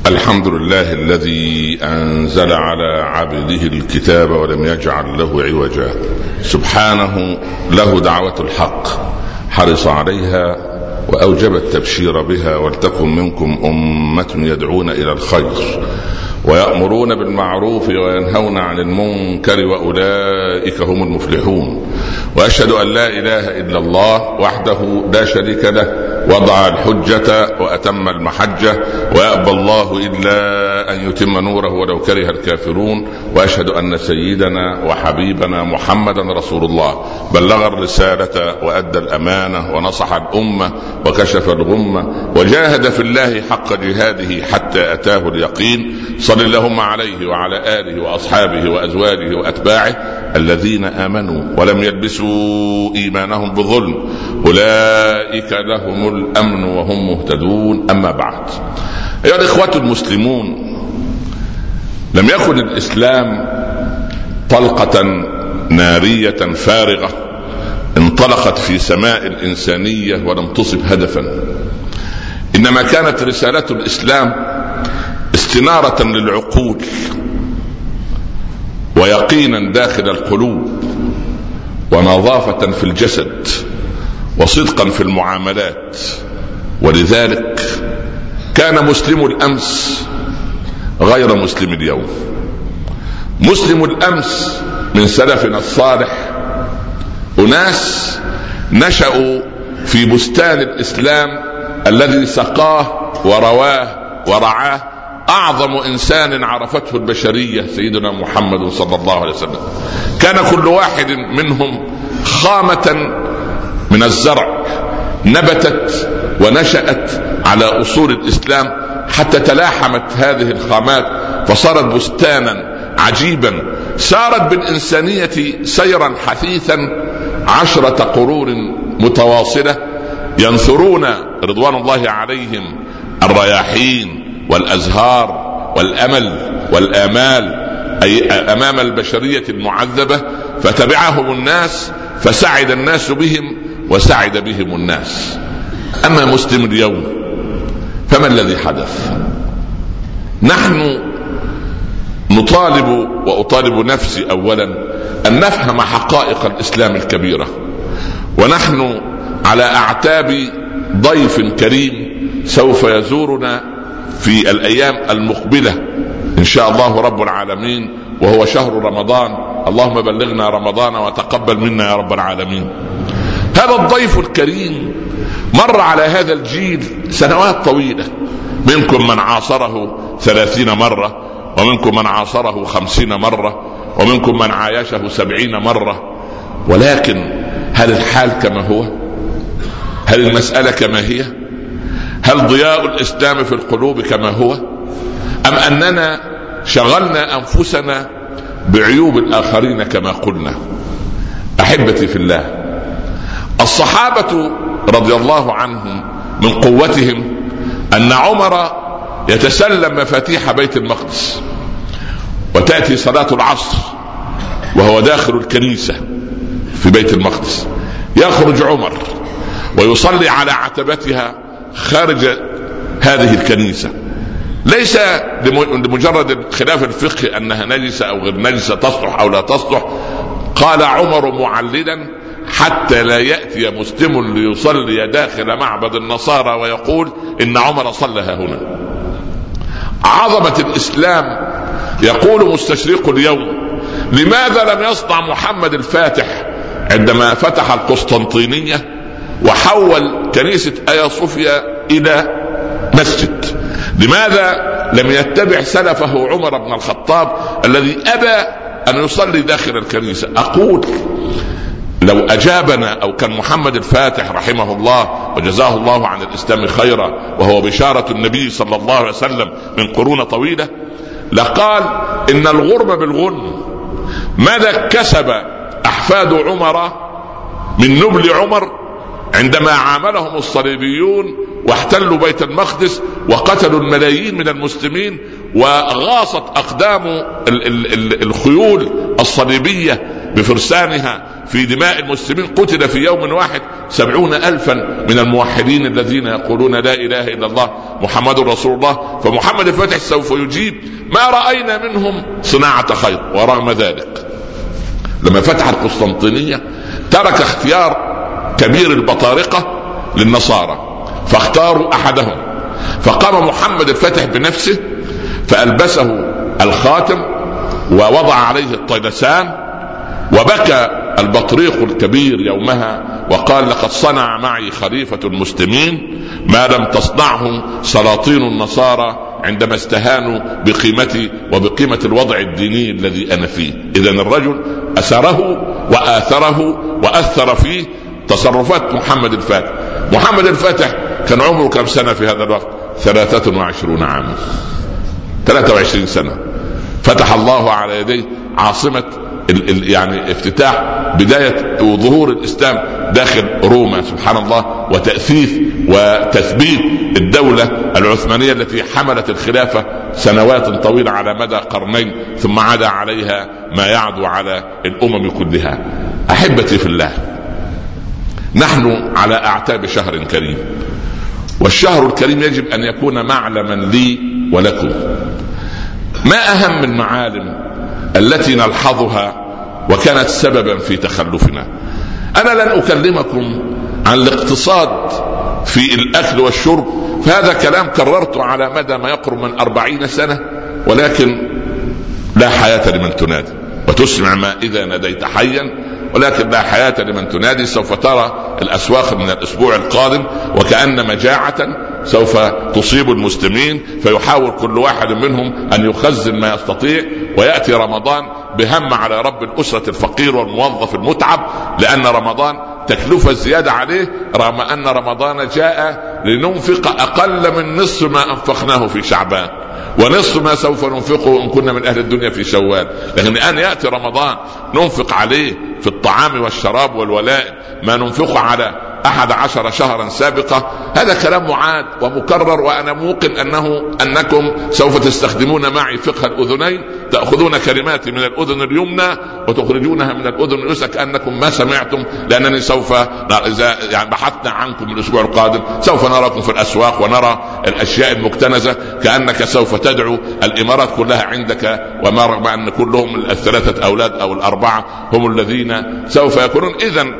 الحمد لله الذي أنزل على عبده الكتاب ولم يجعل له عوجا، سبحانه له دعوة الحق، حرص عليها وأوجب التبشير بها. ولتكن منكم أمة يدعون إلى الخير ويأمرون بالمعروف وينهون عن المنكر وأولئك هم المفلحون. وأشهد أن لا إله إلا الله وحده لا شريك له، وضع الحجة وأتم المحجة، ويأبى الله إلا أن يتم نوره ولو كره الكافرون. وأشهد أن سيدنا وحبيبنا محمدا رسول الله، بلغ الرسالة وأدى الأمانة ونصح الأمة وكشف الغمة وجاهد في الله حق جهاده حتى أتاه اليقين. صل اللهم عليه وعلى آله وأصحابه وأزواجه وأتباعه الذين آمنوا ولم يلبسوا إيمانهم بظلم، أولئك لهم الأمن وهم مهتدون. أما بعد، أيها الإخوة المسلمون، لم يكن الإسلام طلقة نارية فارغة انطلقت في سماء الإنسانية ولم تصب هدفا، إنما كانت رسالة الإسلام استنارة للعقول ويقينا داخل القلوب ونظافة في الجسد وصدقا في المعاملات. ولذلك كان مسلم الأمس غير مسلم اليوم. مسلم الأمس من سلفنا الصالح أناس نشأوا في بستان الإسلام الذي سقاه ورواه ورعاه أعظم إنسان عرفته البشرية سيدنا محمد صلى الله عليه وسلم. كان كل واحد منهم خامة من الزرع نبتت ونشأت على أصول الإسلام حتى تلاحمت هذه الخامات فصارت بستانا عجيبا سارت بالإنسانية سيرا حثيثا 10 قرون متواصلة، ينثرون رضوان الله عليهم الرياحين والأزهار والأمل والآمال أي أمام البشرية المعذبة، فتبعهم الناس فسعد الناس بهم وسعد بهم الناس. أما مسلم اليوم فما الذي حدث؟ نحن نطالب وأطالب نفسي أولا أن نفهم حقائق الإسلام الكبيرة، ونحن على أعتاب ضيف كريم سوف يزورنا في الأيام المقبلة إن شاء الله رب العالمين، وهو شهر رمضان. اللهم بلغنا رمضان وتقبل منا يا رب العالمين. هذا الضيف الكريم مر على هذا الجيل سنوات طويلة، منكم من عاصره 30 مرة، ومنكم من عاصره 50 مرة، ومنكم من عايشه 70 مرة. ولكن هل الحال كما هو؟ هل المسألة كما هي؟ هل ضياء الإسلام في القلوب كما هو؟ أم أننا شغلنا أنفسنا بعيوب الآخرين كما قلنا؟ أحبتي في الله، الصحابة رضي الله عنهم من قوتهم أن عمر يتسلم مفاتيح بيت المقدس، وتأتي صلاة العصر وهو داخل الكنيسة في بيت المقدس، يخرج عمر ويصلي على عتبتها خارج هذه الكنيسة، ليس لمجرد خلاف الفقه أنها نجسة أو غير نجسة، تصلح أو لا تصلح. قال عمر معللا: حتى لا يأتي مسلم ليصلي داخل معبد النصارى ويقول إن عمر صلى هنا. عظمة الإسلام. يقول مستشرق اليوم: لماذا لم يصنع محمد الفاتح عندما فتح القسطنطينية وحول كنيسة آيا صوفيا إلى مسجد؟ لماذا لم يتبع سلفه عمر بن الخطاب الذي أبى أن يصلي داخل الكنيسة؟ أقول لو أجابنا أو كان محمد الفاتح رحمه الله وجزاه الله عن الإسلام خيرا، وهو بشارة النبي صلى الله عليه وسلم من قرون طويلة، لقال إن الغرب بالغنم. ماذا كسب أحفاد عمر من نبل عمر عندما عاملهم الصليبيون واحتلوا بيت المقدس وقتلوا الملايين من المسلمين، وغاصت أقدام الخيول الصليبية بفرسانها في دماء المسلمين قتل في يوم واحد 70,000 من الموحدين الذين يقولون لا إله إلا الله محمد رسول الله. فمحمد الفاتح سوف يجيب ما رأينا منهم صناعة خير. ورغم ذلك لما فتح القسطنطينية ترك اختيار كبير البطارقة للنصارى، فاختاروا أحدهم، فقام محمد الفاتح بنفسه فألبسه الخاتم ووضع عليه الطيلسان، وبكى البطريق الكبير يومها وقال: لقد صنع معي خليفة المسلمين ما لم تصنعه سلاطين النصارى عندما استهانوا بقيمتي وبقيمة الوضع الديني الذي أنا فيه. إذن الرجل أثره وآثره وأثر فيه تصرفات محمد الفاتح. محمد الفاتح كان عمره كم سنة في هذا الوقت؟ 23 عاما، 23 سنة. فتح الله على يديه عاصمة يعني افتتاح بداية وظهور الإسلام داخل روما، سبحان الله، وتأسيس وتثبيت الدولة العثمانية التي حملت الخلافة سنوات طويلة على مدى قرنين، ثم عدا عليها ما يعدو على الأمم كلها. أحبتي في الله، نحن على أعتاب شهر كريم، والشهر الكريم يجب أن يكون معلما لي ولكم. ما أهم المعالم التي نلحظها وكانت سببا في تخلفنا؟ أنا لن أكلمكم عن الاقتصاد في الأكل والشرب، فهذا كلام كررته على مدى ما يقرب من 40 سنة، ولكن لا حياة لمن تنادي، وتسمع ما إذا ناديت حيا ولكن لا حياة لمن تنادي. سوف ترى الأسواق من الأسبوع القادم وكأن مجاعة سوف تصيب المسلمين، فيحاول كل واحد منهم أن يخزن ما يستطيع، ويأتي رمضان بهم على رب الأسرة الفقير والموظف المتعب، لأن رمضان تكلفة زيادة عليه، رغم أن رمضان جاء لننفق أقل من نصف ما أنفقناه في شعبان، ونصف ما سوف ننفقه إن كنا من أهل الدنيا في شوال. لكن الآن يأتي رمضان ننفق عليه في الطعام والشراب والولائم ما ننفقه على 11 شهرا سابقة. هذا كلام معاد ومكرر، وأنا موقن أنكم سوف تستخدمون معي فقه الأذنين، تأخذون كلماتي من الأذن اليمنى وتخرجونها من الأذن اليسرى كأنكم ما سمعتم، لأنني سوف يعني بحثنا عنكم الأسبوع القادم سوف نراكم في الأسواق ونرى الأشياء المكتنزة، كأنك سوف تدعو الإمارات كلها عندك، وما رغم أن كلهم 3 أولاد أو 4 هم الذين سوف يكونون. إذن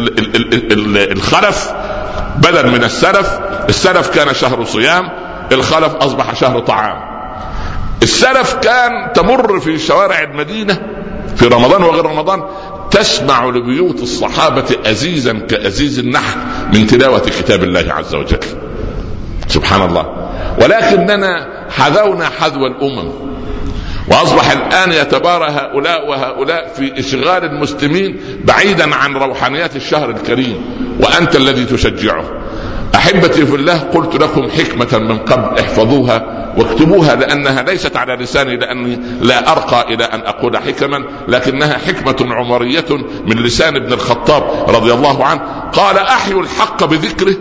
الخلف بدل من السلف. السلف كان شهر صيام، الخلف أصبح شهر طعام. السلف كان تمر في شوارع المدينة في رمضان وغير رمضان تسمع لبيوت الصحابة أزيزا كأزيز النحل من تلاوة كتاب الله عز وجل، سبحان الله. ولكننا حذونا حذو الأمم، وأصبح الآن يتبارى هؤلاء وهؤلاء في إشغال المسلمين بعيدا عن روحانيات الشهر الكريم، وأنت الذي تشجعه. أحبتي في الله، قلت لكم حكمة من قبل، احفظوها واكتبوها، لأنها ليست على لساني، لأني لا أرقى إلى أن أقول حكما، لكنها حكمة عمرية من لسان ابن الخطاب رضي الله عنه. قال: أحيوا الحق بذكره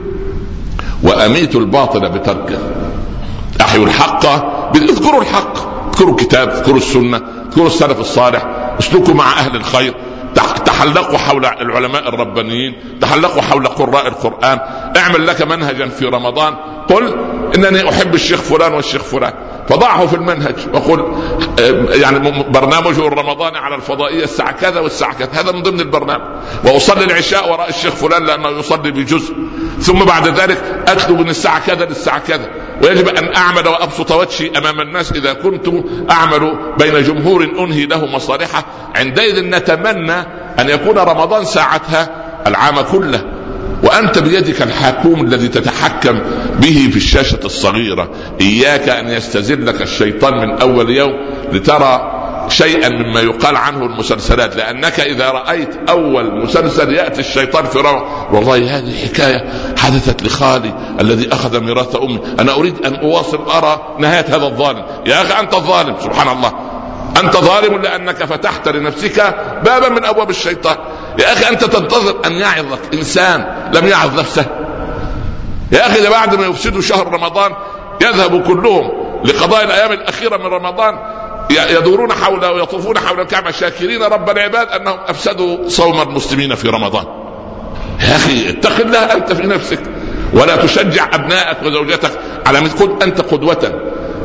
وأميتوا الباطل بتركه. أحيوا الحق، اذكروا الحق، اذكروا الكتاب، اذكروا السنة، اذكروا السلف الصالح، اسلكوا مع أهل الخير، تحلقوا حول العلماء الربانيين، تحلقوا حول قراء القرآن. اعمل لك منهجا في رمضان، قل إنني أحب الشيخ فلان والشيخ فلان، فضعه في المنهج وقل يعني برنامجه الرمضاني على الفضائية الساعة كذا والساعة كذا، هذا من ضمن البرنامج. وأصلي العشاء وراء الشيخ فلان لأنه يصلي بجزء، ثم بعد ذلك أكتب من الساعة كذا للساعة كذا. ويجب أن أعمل وأبسط وجهي أمام الناس إذا كنت أعمل بين جمهور أنهي له مصالحه. عندئذ نتمنى أن يكون رمضان ساعتها العام كله، وأنت بيدك الحكوم الذي تتحكم به في الشاشة الصغيرة. إياك أن يستزلك الشيطان من أول يوم لترى شيئا مما يقال عنه المسلسلات، لأنك إذا رأيت أول مسلسل يأتي الشيطان في روع، والله هذه حكاية حدثت لخالي الذي أخذ ميراث أمي، أنا أريد أن أواصل أرى نهاية هذا الظالم. يا أخي أنت الظالم، سبحان الله، أنت ظالم لأنك فتحت لنفسك بابا من أبواب الشيطان. يا أخي أنت تنتظر أن يعظك إنسان لم يعظ نفسه. يا أخي بعد ما يفسدوا شهر رمضان يذهب كلهم لقضاء الأيام الأخيرة من رمضان، يدورون حوله ويطوفون حول الكعبة شاكرين رب العباد أنهم أفسدوا صوم المسلمين في رمضان. يا أخي اتق الله أنت في نفسك، ولا تشجع أبنائك وزوجتك على مثل. كن أنت قدوة.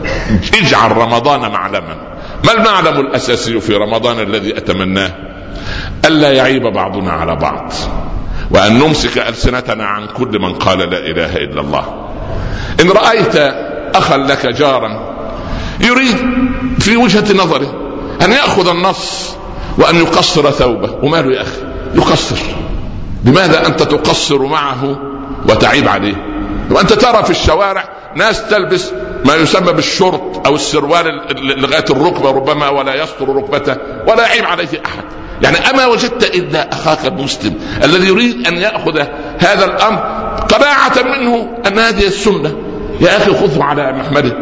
اجعل رمضان معلما. ما المعلم الأساسي في رمضان الذي أتمناه؟ ألا يعيب بعضنا على بعض، وأن نمسك ألسنتنا عن كل من قال لا إله إلا الله. إن رأيت أخا لك جارا يريد في وجهة نظره أن يأخذ النص وأن يقصر ثوبه، وماله يا أخي يقصر؟ لماذا أنت تقصر معه وتعيب عليه؟ وأنت ترى في الشوارع ناس تلبس ما يسمى بالشورت أو السروال لغاية الركبة ربما، ولا يستر ركبته ولا يعيب عليه أحد. يعني أما وجدت إلا أخاك المسلم الذي يريد أن يأخذ هذا الأمر قناعة منه أن هذه السنة، يا أخي خذه على محمده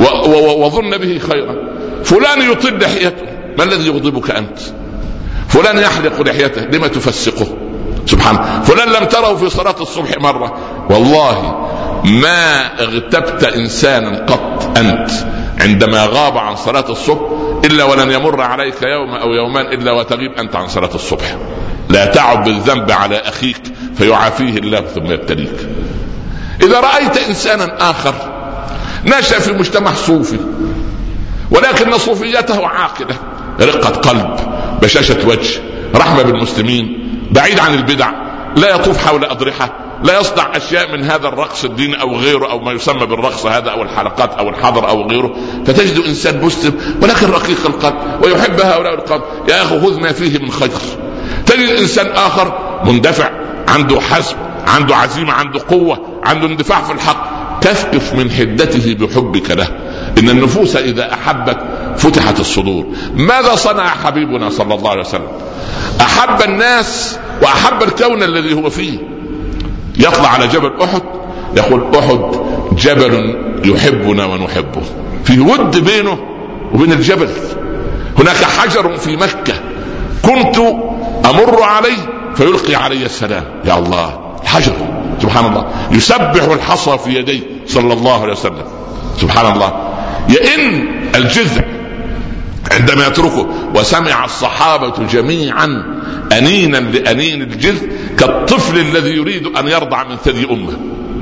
وظن به خيرا. فلان يطل لحيته، ما الذي يغضبك أنت؟ فلان يحلق لحيته، لما تفسقه؟ سبحان. فلان لم تره في صلاة الصبح مرة، والله ما اغتبت إنسانا قط أنت عندما غاب عن صلاة الصبح إلا ولن يمر عليك يوم أو يومان إلا وتغيب أنت عن صلاة الصبح. لا تعب بالذنب على أخيك فيعافيه الله ثم يبتليك. إذا رأيت إنسانا آخر نشأ في مجتمع صوفي ولكن صوفيته عاقلة، رقة قلب، بشاشة وجه، رحمة بالمسلمين، بعيد عن البدع، لا يطوف حول أضرحة، لا يصنع أشياء من هذا الرقص الديني أو غيره أو ما يسمى بالرقص هذا أو الحلقات أو الحضر أو غيره، فتجد إنسان مسلم ولكن رقيق القلب ويحب هؤلاء القلب، يا أخي خذ ما فيه من خير. تجد إنسان آخر مندفع، عنده حزم، عنده عزيمة، عنده قوة، عنده اندفاع في الحق، تثقف من حدته بحبك له. إن النفوس إذا أحبت فتحت الصدور. ماذا صنع حبيبنا صلى الله عليه وسلم؟ أحب الناس وأحب الكون الذي هو فيه. يطلع على جبل أحد يقول أحد جبل يحبنا ونحبه، في ود بينه وبين الجبل. هناك حجر في مكة كنت أمر عليه فيلقي علي السلام، يا الله حجر سبحان الله يسبح الحصى في يديه صلى الله عليه وسلم سبحان الله. يئن الجذع عندما يتركه، وسمع الصحابة جميعا أنينا لأنين الجذع كالطفل الذي يريد أن يرضع من ثدي أمه.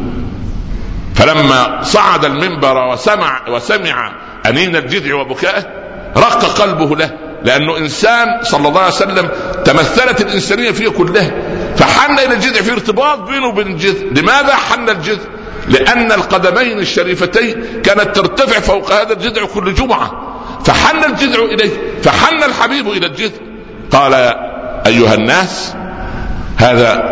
فلما صعد المنبر وسمع أنين الجذع وبكائه رق قلبه له، لأنه إنسان صلى الله عليه وسلم تمثلت الإنسانية فيه كلها، فحن إلى الجذع في ارتباط بينه وبين الجذع. لماذا حن الجذع؟ لأن القدمين الشريفتين كانت ترتفع فوق هذا الجذع كل جمعة، فحن الجذع إليه، فحن الحبيب إلى الجذع. قال أيها الناس هذا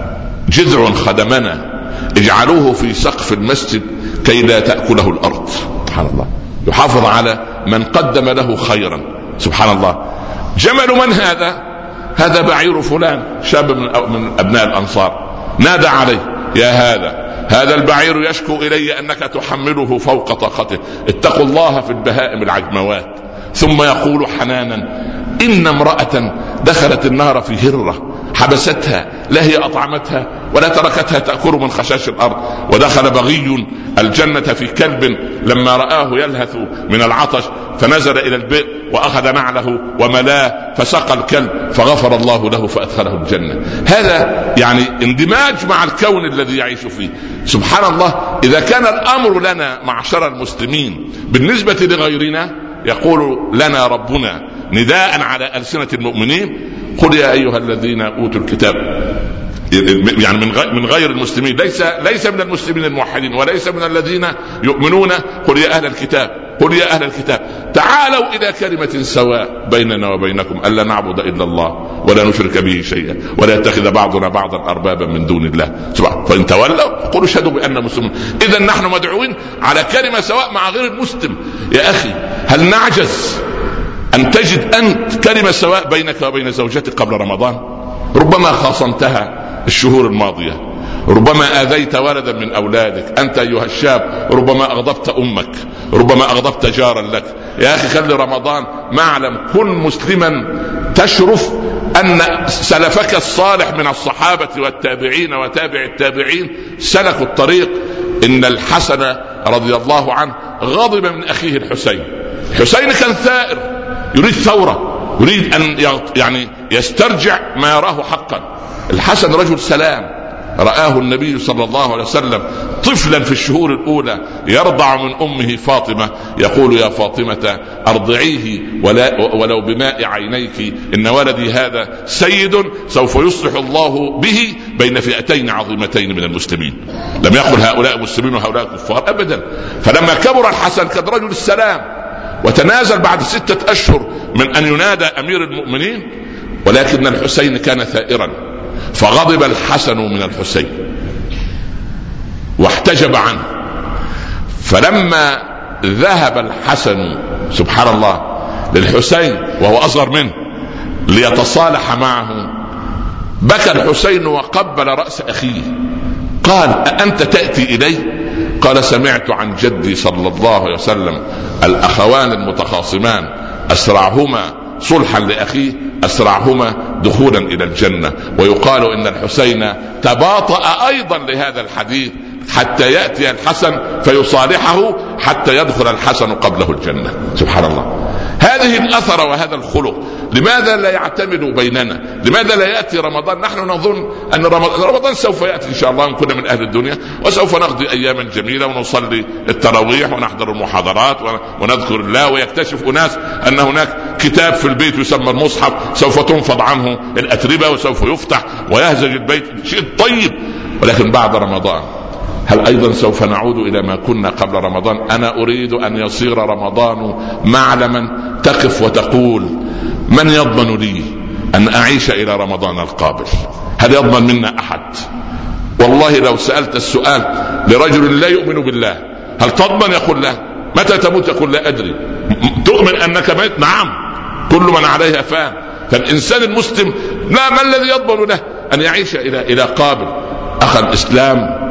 جذع خدمنا، اجعلوه في سقف المسجد كي لا تأكله الأرض. سبحان الله، يحافظ على من قدم له خيرا. سبحان الله. جمل من هذا؟ هذا بعير فلان، شاب من أبناء الأنصار، نادى عليه يا هذا البعير يشكو إلي أنك تحمله فوق طاقته، اتقوا الله في البهائم العجموات. ثم يقول حنانا إن امرأة دخلت النار في هرة حبستها، لا هي أطعمتها ولا تركتها تأكل من خشاش الأرض. ودخل بغي الجنة في كلب لما رآه يلهث من العطش فنزل إلى البئر وأخذ نعله وملاه فسقى الكلب فغفر الله له فأدخله الجنة. هذا يعني اندماج مع الكون الذي يعيش فيه. سبحان الله. إذا كان الأمر لنا معشر المسلمين بالنسبة لغيرنا، يقول لنا ربنا نداء على ألسنة المؤمنين قل يا أيها الذين أوتوا الكتاب، يعني من غير المسلمين، ليس من المسلمين الموحدين وليس من الذين يؤمنون. قل يا أهل الكتاب، قل يا أهل الكتاب تعالوا إلى كلمة سواء بيننا وبينكم ألا نعبد إلا الله ولا نشرك به شيئا ولا يتخذ بعضنا بعضا أربابا من دون الله. فإن تولوا قولوا اشهدوا بأننا مسلمون. إذا نحن مدعوين على كلمة سواء مع غير المسلم. يا أخي هل نعجز أن تجد أنت كلمة سواء بينك وبين زوجتك قبل رمضان؟ ربما خاصمتها الشهور الماضية، ربما آذيت ولدا من أولادك، أنت أيها الشاب ربما أغضبت أمك، ربما أغضبت جارا لك. يا أخي خلي رمضان معلم، كن مسلما تشرف أن سلفك الصالح من الصحابة والتابعين وتابع التابعين سلكوا الطريق. إن الحسن رضي الله عنه غضب من أخيه الحسين الحسين كان ثائر، يريد ثورة، يريد أن يعني يسترجع ما يراه حقا. الحسن رجل سلام، رآه النبي صلى الله عليه وسلم طفلا في الشهور الأولى يرضع من أمه فاطمة، يقول يا فاطمة أرضعيه ولو بماء عينيك، إن ولدي هذا سيد سوف يصلح الله به بين فئتين عظيمتين من المسلمين. لم يقل هؤلاء مسلمين وهؤلاء كفار أبدا. فلما كبر الحسن كان رجل السلام، وتنازل بعد 6 أشهر من أن ينادى أمير المؤمنين، ولكن الحسين كان ثائرا، فغضب الحسن من الحسين واحتجب عنه. فلما ذهب الحسن سبحان الله للحسين وهو أصغر منه ليتصالح معه، بكى الحسين وقبل رأس أخيه، قال أأنت تأتي إلي؟ قال سمعت عن جدي صلى الله عليه وسلم الأخوان المتخاصمان أسرعهما صلحا لأخيه أسرعهما دخولا إلى الجنة. ويقال إن الحسين تباطأ أيضا لهذا الحديث حتى يأتي الحسن فيصالحه حتى يدخل الحسن قبله الجنة. سبحان الله، هذه الأثر وهذا الخلق. لماذا لا يعتمد بيننا؟ لماذا لا يأتي رمضان؟ نحن نظن أن رمضان سوف يأتي إن شاء الله إن كنا من أهل الدنيا، وسوف نقضي أياما جميلة ونصلي التراويح ونحضر المحاضرات ونذكر الله، ويكتشف أناس أن هناك كتاب في البيت يسمى المصحف سوف تنفض عنه الأتربة وسوف يفتح ويهزج البيت، شيء طيب. ولكن بعد رمضان هل أيضا سوف نعود إلى ما كنا قبل رمضان؟ أنا أريد أن يصير رمضان معلما تقف وتقول من يضمن لي أن أعيش إلى رمضان القابل؟ هل يضمن منا أحد؟ والله لو سألت السؤال لرجل لا يؤمن بالله هل تضمن؟ يقول لا. متى تموت؟ يقول لا أدري. تؤمن أنك ميت؟ نعم، كل من عليها فان. فالإنسان المسلم لا، ما الذي يضمن له أن يعيش إلى قابل؟ أخي الإسلام،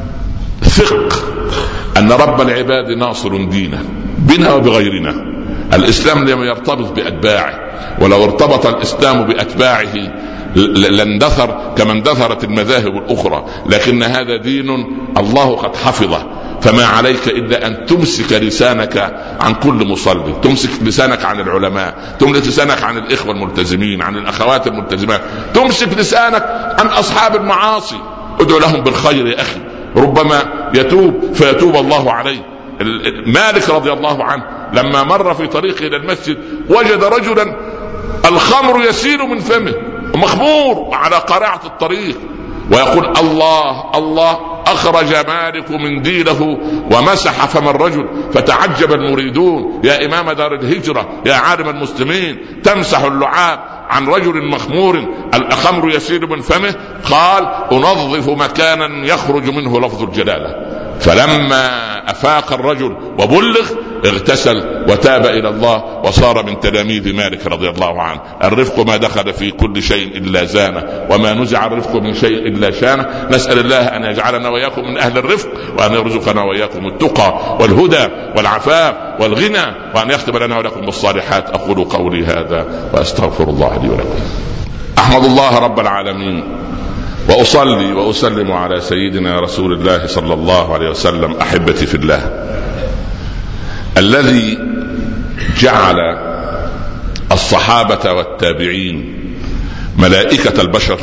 ثق أن رب العباد ناصر دينه بنا وبغيرنا. الإسلام لم يرتبط بأتباعه، ولو ارتبط الإسلام بأتباعه لاندثر كما اندثرت المذاهب الأخرى، لكن هذا دين الله قد حفظه. فما عليك إلا أن تمسك لسانك عن كل مصلي، تمسك لسانك عن العلماء، تمسك لسانك عن الإخوة الملتزمين، عن الأخوات الملتزمات، تمسك لسانك عن أصحاب المعاصي. ادعو لهم بالخير يا أخي، ربما يتوب فيتوب الله عليه. مالك رضي الله عنه لما مر في طريقه إلى المسجد وجد رجلا الخمر يسيل من فمه مخمور على قارعة الطريق، ويقول الله الله. أخرج مالك منديله ومسح فم الرجل، فتعجب المريدون: يا إمام دار الهجرة، يا عالم المسلمين، تمسح اللعاب عن رجل مخمور الخمر يسيل من فمه؟ قال: أنظف مكانا يخرج منه لفظ الجلالة. فلما أفاق الرجل وبلغ اغتسل وتاب إلى الله وصار من تلاميذ مالك رضي الله عنه. الرفق ما دخل في كل شيء إلا زانه، وما نزع الرفق من شيء إلا شانه. نسأل الله أن يجعلنا وإياكم من أهل الرفق، وأن يرزقنا وإياكم التقى والهدى والعفاف والغنى، وأن يختم لنا ولكم بالصالحات. أقول قولي هذا وأستغفر الله لي ولكم. أحمد الله رب العالمين، وأصلي وأسلم على سيدنا رسول الله صلى الله عليه وسلم. أحبتي في الله، الذي جعل الصحابة والتابعين ملائكة البشر،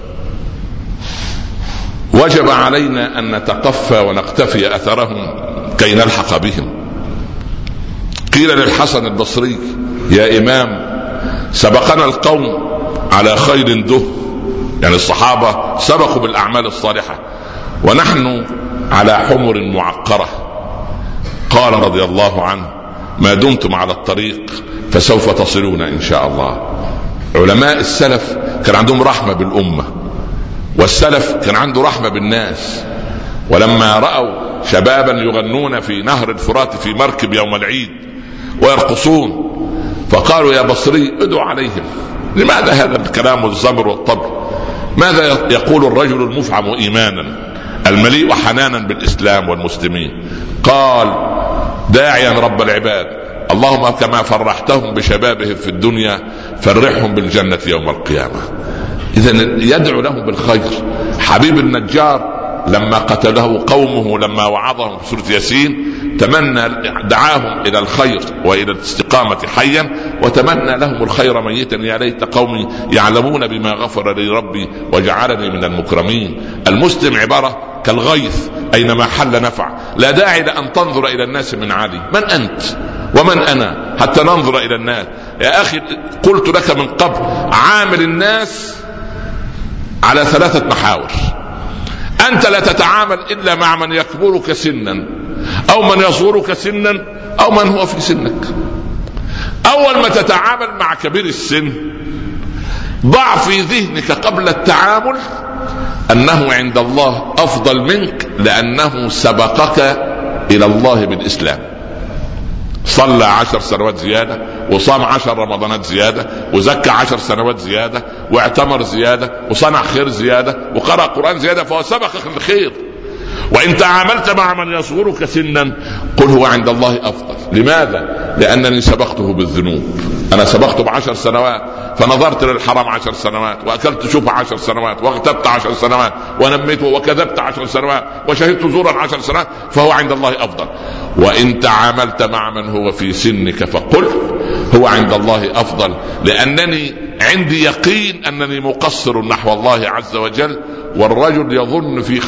وجب علينا أن نتقفى ونقتفي أثرهم كي نلحق بهم. قيل للحسن البصري: يا إمام، سبقنا القوم على خيل ده، يعني الصحابة سبقوا بالأعمال الصالحة، ونحن على حمر معقرة. قال رضي الله عنه: ما دمتم على الطريق فسوف تصلون إن شاء الله. علماء السلف كان عندهم رحمة بالأمة، والسلف كان عنده رحمة بالناس. ولما رأوا شبابا يغنون في نهر الفرات في مركب يوم العيد ويرقصون، فقالوا: يا بصري ادعو عليهم. لماذا هذا الكلام والزمر والطبل؟ ماذا يقول الرجل المفعم إيمانا المليء حنانا بالإسلام والمسلمين؟ قال داعيا رب العباد: اللهم كما فرحتهم بشبابهم في الدنيا فرحهم بالجنة يوم القيامة. إذن يدعو لهم بالخير. حبيب النجار لما قتله قومه لما وعظهم في سورة ياسين تمنى دعاهم إلى الخير وإلى الاستقامة حيا، وتمنى لهم الخير ميتا يا ليت قومي يعلمون بما غفر لي ربي وجعلني من المكرمين. المسلم عبارة كالغيث أينما حل نفع، لا داعي لأن تنظر إلى الناس من عالي، من أنت ومن أنا حتى ننظر إلى الناس؟ يا أخي قلت لك من قبل عامل الناس على 3 محاور. أنت لا تتعامل إلا مع من يكبرك سنا أو من يصغرك سنا أو من هو في سنك. أول ما تتعامل مع كبير السن ضع في ذهنك قبل التعامل أنه عند الله أفضل منك، لأنه سبقك إلى الله بالإسلام. صلى 10 سنوات زيادة، وصام 10 رمضانات زيادة، وزكى 10 سنوات زيادة، واعتمر زيادة، وصنع خير زيادة، وقرأ قرآن زيادة، فهو سبقك الخير. وإن تعاملت مع من يصغرك سنا قل هو عند الله أفضل. لماذا؟ لأنني سبقته بالذنوب. أنا سبقته ب10 سنوات، فنظرت للحرام 10 سنوات، وأكلت شوفة 10 سنوات، واغتبت 10 سنوات، ونميت وكذبت 10 سنوات، وشهدت زورا 10 سنوات، فهو عند الله أفضل. وإن تعاملت مع من هو في سنك فقل هو عند الله أفضل، لأنني عندي يقين أنني مقصر نحو الله عز وجل، والرجل يظن في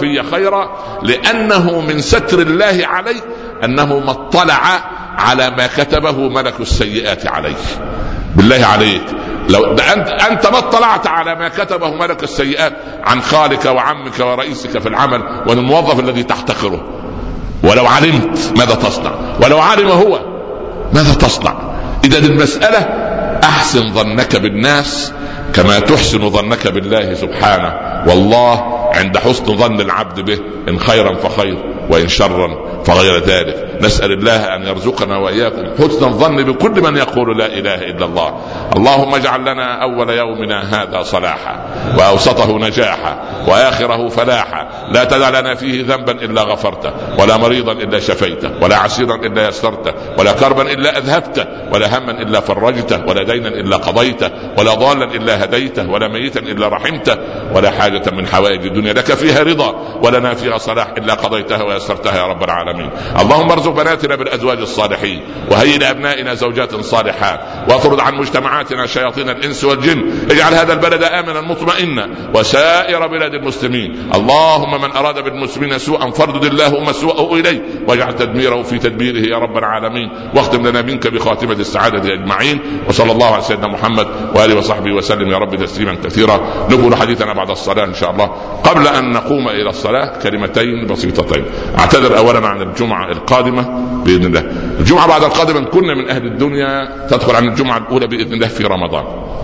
خيرا لأنه من ستر الله عليه أنه ما اطلع على ما كتبه ملك السيئات عليه. بالله عليك لو أنت ما اطلعت على ما كتبه ملك السيئات عن خالك وعمك ورئيسك في العمل والموظف الذي تحتقره، ولو علمت ماذا تصنع؟ ولو علم هو ماذا تصنع؟ إذن المسألة أحسن ظنك بالناس كما تحسن ظنك بالله سبحانه، والله عند حسن ظن العبد به، إن خيرا فخير وإن شرا فغير ذلك. نسأل الله أن يرزقنا وإياكم حسن الظن بكل من يقول لا إله إلا الله. اللهم اجعل لنا أول يومنا هذا صلاحا، وأوسطه نجاحا، وآخره فلاحا. لا تدع لنا فيه ذنبا إلا غفرته، ولا مريضا إلا شفيته، ولا عسيرا إلا يسرته، ولا كربا إلا أذهبته، ولا هما إلا فرجته، ولا دينا إلا قضيته، ولا ضالا إلا هديته، ولا ميتا إلا رحمته، ولا حاجة من حوائج الدنيا لك فيها رضا ولنا فيها صلاح إلا قضيتها ويسرتها يا رب العالمين. اللهم ارزق بناتنا بالأزواج الصالحين، وهيئ لأبنائنا زوجات صالحات، واطرد عن مجتمعاتنا شياطين الإنس والجن. اجعل هذا البلد آمنا مطمئنا وسائر بلاد المسلمين. اللهم من أراد بالمسلمين سوءا فاردد اللهم سوءه إليه، واجعل تدميره في تدبيره يا رب العالمين. واختم لنا منك بخاتمة السعادة أجمعين، وصلى الله على سيدنا محمد وآله وصحبه وسلم يا رب تسليما كثيرا. نقول حديثنا بعد الصلاة إن شاء الله. قبل أن نقوم إلى الصلاة كلمتين بسيطتين. أعتذر أولا عن الجمعة القادمة بإذن الله. الجمعة بعد القادمة كنا من أهل الدنيا تدخل عن الجمعة الأولى بإذن الله في رمضان.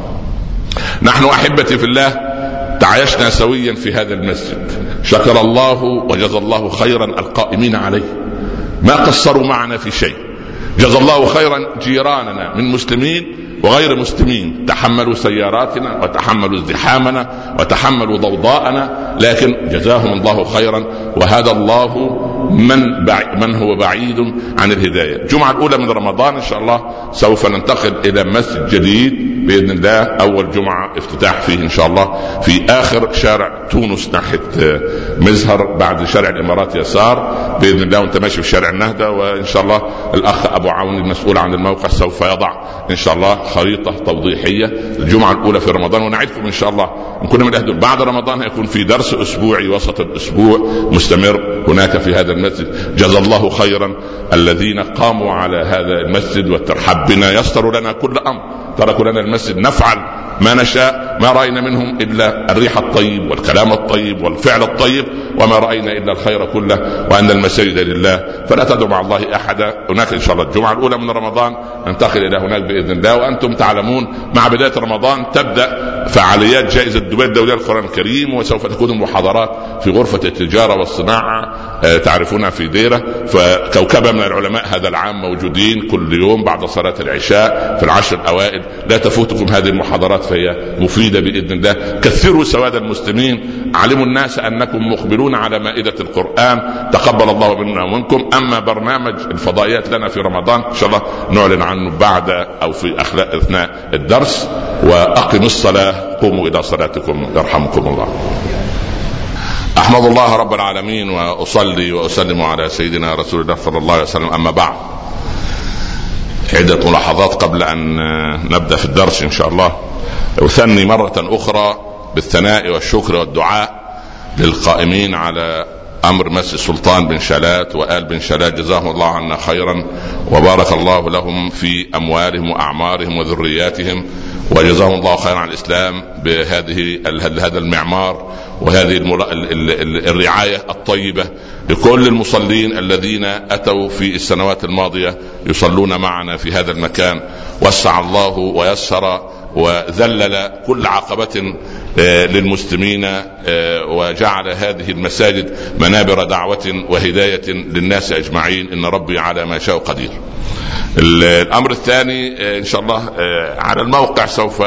نحن أحبتي في الله تعايشنا سويا في هذا المسجد، شكر الله وجزى الله خيرا القائمين عليه، ما قصروا معنا في شيء. جزى الله خيرا جيراننا من مسلمين وغير مسلمين، تحملوا سياراتنا وتحملوا ازدحامنا وتحملوا ضوضاءنا، لكن جزاهم الله خيرا، وهذا الله من هو بعيد عن الهداية. الجمعة الأولى من رمضان إن شاء الله سوف ننتقل إلى مسجد جديد بإذن الله، أول جمعة افتتاح فيه إن شاء الله في آخر شارع تونس ناحية مزهر بعد شارع الإمارات يسار بإذن الله، وانت ماشي في شارع النهدة. وإن شاء الله الأخ أبو عون المسؤول عن الموقع سوف يضع إن شاء الله خريطة توضيحية الجمعة الأولى في رمضان، ونعدكم إن شاء الله إن كنا من أهل. بعد رمضان هيكون في درس أسبوعي وسط الأسبوع مستمر هناك في هذا المسجد. جزا الله خيرا الذين قاموا على هذا المسجد والترحب بنا، يسروا لنا كل أمر، تركوا لنا المسجد نفعل ما نشاء، ما رأينا منهم إلا الريح الطيب والكلام الطيب والفعل الطيب، وما رأينا إلا الخير كله، وأن المساجد لله فلا تدعوا مع الله أحدا. هناك إن شاء الله الجمعة الأولى من رمضان ننتقل إلى هناك بإذن الله. وأنتم تعلمون مع بداية رمضان تبدأ فعاليات جائزة دبي الدولية للقرآن الكريم، وسوف تكون المحاضرات في غرفة التجارة والصناعة تعرفونها في ديرة. فكوكبة من العلماء هذا العام موجودين كل يوم بعد صلاة العشاء في العشر الأوائل. لا تفوتكم هذه المحاضرات فهي مفيدة بإذن الله. كثروا سواد المسلمين، علموا الناس أنكم مقبلون على مائدة القرآن، تقبل الله منا ومنكم. أما برنامج الفضائيات لنا في رمضان إن شاء الله نعلن عنه بعد أو في أثناء الدرس. وأقم الصلاة، قوموا إلى صلاتكم يرحمكم الله. أحمد الله رب العالمين وأصلي وأسلم على سيدنا رسول الله صلى الله عليه وسلم. أما بعد، عدة ملاحظات قبل أن نبدأ في الدرس إن شاء الله. أثني مرة أخرى بالثناء والشكر والدعاء للقائمين على أمر مسجد سلطان بن شلات وآل بن شلات، جزاهم الله عنا خيرا وبارك الله لهم في أموالهم وأعمارهم وذرياتهم، وجزاهم الله خيرا عن الإسلام هذا المعمار وهذه الرعاية الطيبة لكل المصلين الذين أتوا في السنوات الماضية يصلون معنا في هذا المكان. وسع الله ويسر وذلل كل عقبة للمسلمين، وجعل هذه المساجد منابر دعوة وهداية للناس أجمعين، إن ربي على ما شاء قدير. الأمر الثاني إن شاء الله على الموقع سوف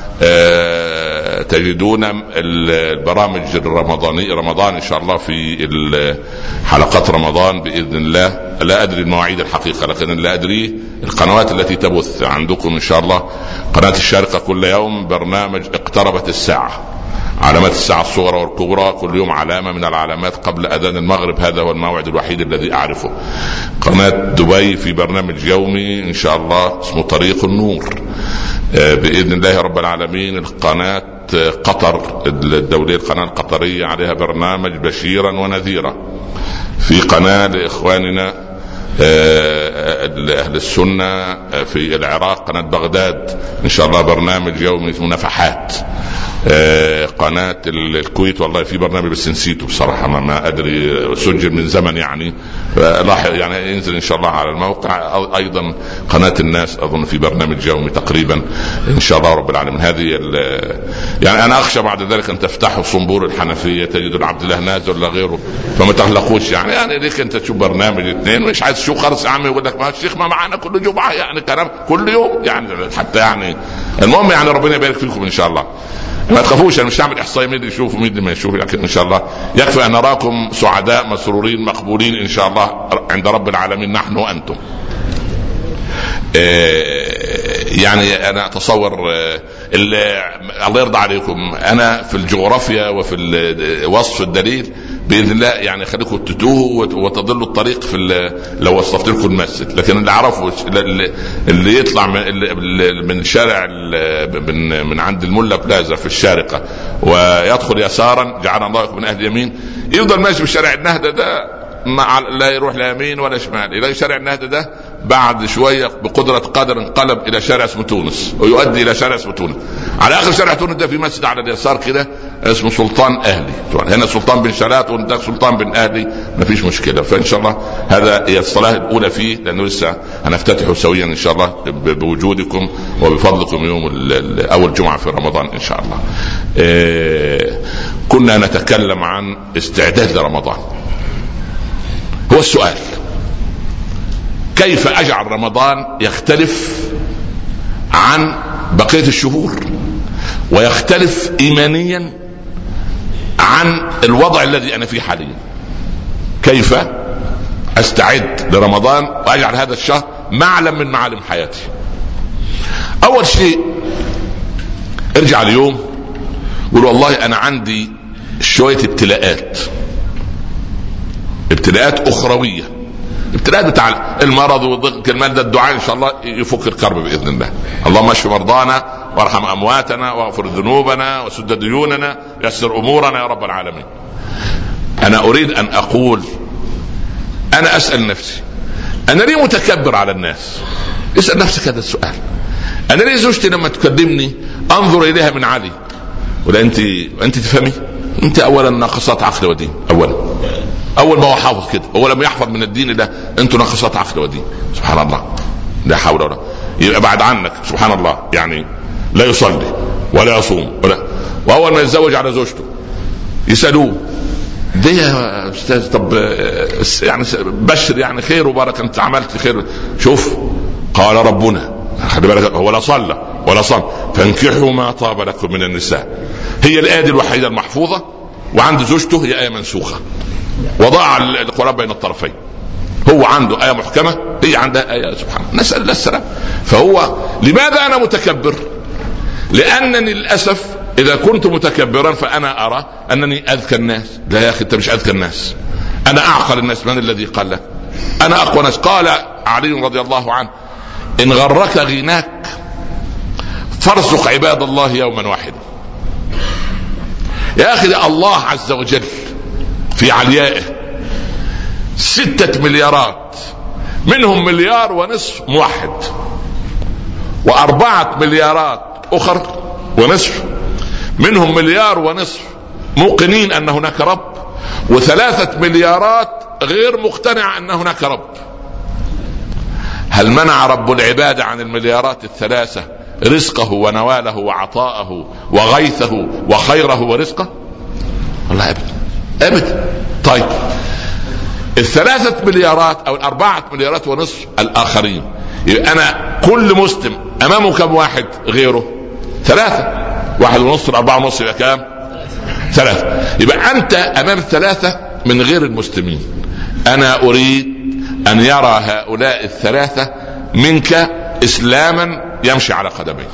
تجدون البرامج الرمضانية رمضان إن شاء الله في حلقات رمضان بإذن الله. لا أدري المواعيد الحقيقة، لكن لا أدري القنوات التي تبث عندكم إن شاء الله. قناة الشارقة كل يوم برنامج اقتربت الساعة، علامات الساعة الصغرى والكبرى، كل يوم علامة من العلامات قبل أذان المغرب، هذا هو الموعد الوحيد الذي أعرفه. قناة دبي في برنامج يومي إن شاء الله اسمه طريق النور بإذن الله رب العالمين. القناة قطر الدولية، القناة القطرية عليها برنامج بشيرا ونذيرا. في قناة لإخواننا أهل السنة في العراق، قناة بغداد إن شاء الله برنامج يومي اسمه نفحات. قناة الكويت والله في برنامج بس نسيته بصراحة، ما أدري، سجل من زمن يعني لاحظ يعني ينزل إن شاء الله على الموقع. أيضا قناة الناس أظن في برنامج يومي تقريبا إن شاء الله رب العالمين. هذه يعني أنا أخشى بعد ذلك أن تفتحوا صنبور الحنفية تجد العبد الله نازل ولا غيره، فما تقلقوش يعني ليك أنت تشوف برنامج اثنين مش عايز تشوف خالص يا عم، يقول لك ما الشيخ ما معنا كل جمعة يعني كلام كل يوم يعني حتى يعني. المهم يعني ربنا يبارك فيكم إن شاء الله، ما تخافوش. انا مش هعمل احصائيه مين يشوف ومين ما يشوف، لكن ان شاء الله يكفي ان نراكم سعداء مسرورين مقبولين ان شاء الله عند رب العالمين نحن وانتم. يعني انا اتصور الله يرضى عليكم، انا في الجغرافيا وفي وصف الدليل باذن الله يعني خليكم تتوهوا وتضلوا الطريق في لو وصفت لكم المسجد. لكن اللي اعرفه اللي يطلع من شارع من عند الملا بلازا في الشارقه ويدخل يسارا جعلنا الله من اهل اليمين، يفضل ماشي في شارع النهضه ده لا يروح لا يمين ولا شمال، الى شارع النهضه ده بعد شويه بقدره قادر انقلب الى شارع اسمه تونس ويؤدي الى شارع اسمه تونس. على اخر شارع تونس ده في مسجد على اليسار كده اسمه سلطان اهلي، هنا سلطان بن شلات وده سلطان بن اهلي، ما فيش مشكله. فان شاء الله هذا هي الصلاه الاولى فيه، لانه لسه هنفتتحه سويا ان شاء الله بوجودكم وبفضلكم يوم اول جمعه في رمضان ان شاء الله. كنا نتكلم عن استعداد لرمضان. هو السؤال كيف أجعل رمضان يختلف عن بقية الشهور ويختلف إيمانيا عن الوضع الذي أنا فيه حاليا. كيف أستعد لرمضان وأجعل هذا الشهر معلم من معالم حياتي. أول شيء ارجع اليوم قول والله أنا عندي شوية ابتلاءات أخروية، ابتلاءات بتاع المرض وضيق المال، ده الدعاء إن شاء الله يفك الكرب بإذن الله. اللهم اشف مرضانا وارحم أمواتنا واغفر ذنوبنا وسد ديوننا يسر أمورنا يا رب العالمين. أنا أريد أن أقول، أنا أسأل نفسي أنا ليه متكبر على الناس؟ اسأل نفسك هذا السؤال. أنا ليه زوجتي لما تكلمني أنظر إليها من عالي؟ ولا أنت تفهمي؟ أنت أولا ناقصات عقل ودين، أول ما هو حافظ كده، هو لم يحفظ من الدين ده أنتوا ناقصات عقل ودين. سبحان الله، لا حول ولا، يبقى بعد عنك سبحان الله يعني لا يصلي ولا يصوم وأول ما يتزوج على زوجته يسألوه ده يا أستاذ طب يعني بشر يعني خير وبركة، أنت عملت خير. شوف قال ربنا خلي بالك هو لا صلى ولا صام فانكحوا ما طاب لكم من النساء. هي الآية الوحيدة المحفوظة، وعند زوجته هي آية منسوخة وضاع القرآن بين الطرفين. هو عنده آية محكمة، هي عندها آية سبحان الله، نسأل الله السلام. فهو لماذا أنا متكبر؟ لأنني للأسف اذا كنت متكبرا فانا ارى انني اذكى الناس. لا يا اخي، انت مش اذكى الناس، انا اعقل الناس. من الذي قال لك؟ انا اقوى ناس. قال علي رضي الله عنه: ان غرك غناك فارزق عباد الله يوما واحدا. يا اخي، الله عز وجل في عليائه 6 مليارات، منهم 1.5 مليار موحد، و4 مليارات اخر ونصف، منهم 1.5 مليار موقنين ان هناك رب، و3 مليارات غير مقتنع ان هناك رب. هل منع رب العباد عن 3 مليارات رزقه ونواله وعطاءه وغيثه وخيره ورزقه؟ والله ابدا ابدا. طيب 3 مليارات او 4 مليارات ونصف الاخرين، يبقى انا كل مسلم امامه كم واحد غيره؟ 3. 1.5 4.5 يبقى كام؟ 3. يبقى انت امام 3 من غير المسلمين. انا اريد ان يرى هؤلاء 3 منك اسلاما يمشي على قدميه.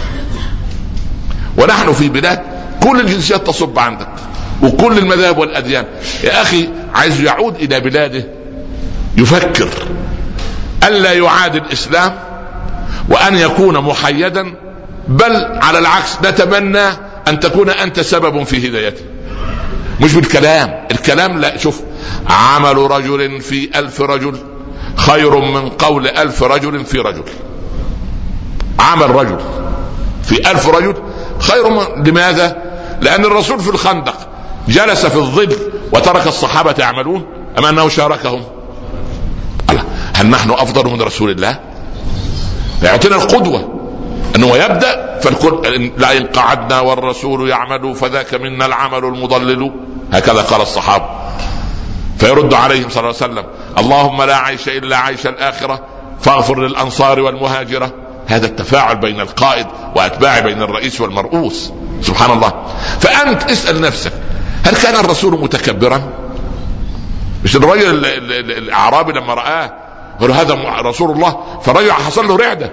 ونحن في بلاد كل الجنسيات تصب عندك وكل المذاهب والاديان. يا اخي، عايز يعود الى بلاده يفكر الا يعادي الاسلام وان يكون محيدا، بل على العكس نتمنى ان تكون انت سبب في هدايته. مش بالكلام، الكلام لا. شوف، عمل رجل في 1000 رجل خير من قول 1000 رجل في رجل. عمل رجل في 1000 رجل خير من... لماذا؟ لأن الرسول في الخندق جلس في الظل وترك الصحابة يعملون أم أنه شاركهم؟ الله. هل نحن أفضل من رسول الله؟ يعطينا القدوة أنه يبدأ فالكل لا إن قعدنا والرسول يعمل فذاك منا العمل المضلل. هكذا قال الصحابة. فيرد عليهم صلى الله عليه وسلم: اللهم لا عيش إلا عيش الآخرة فاغفر للأنصار والمهاجرة. هذا التفاعل بين القائد وأتباعه، بين الرئيس والمرؤوس. سبحان الله. فأنت اسأل نفسك: هل كان الرسول متكبرا؟ مش الرجل الأعرابي لما رآه قال هذا رسول الله، فالرجل حصل له رعدة.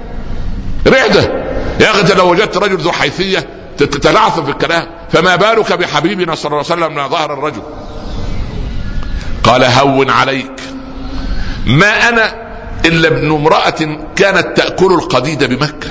يا أخي، لو وجدت رجل ذو حيثية تتلعثم في الكلام، فما بالك بحبيبنا صلى الله عليه وسلم من ظهر الرجل. قال: هون عليك، ما أنا إلا ابن امرأة كانت تأكل القديد بمكة.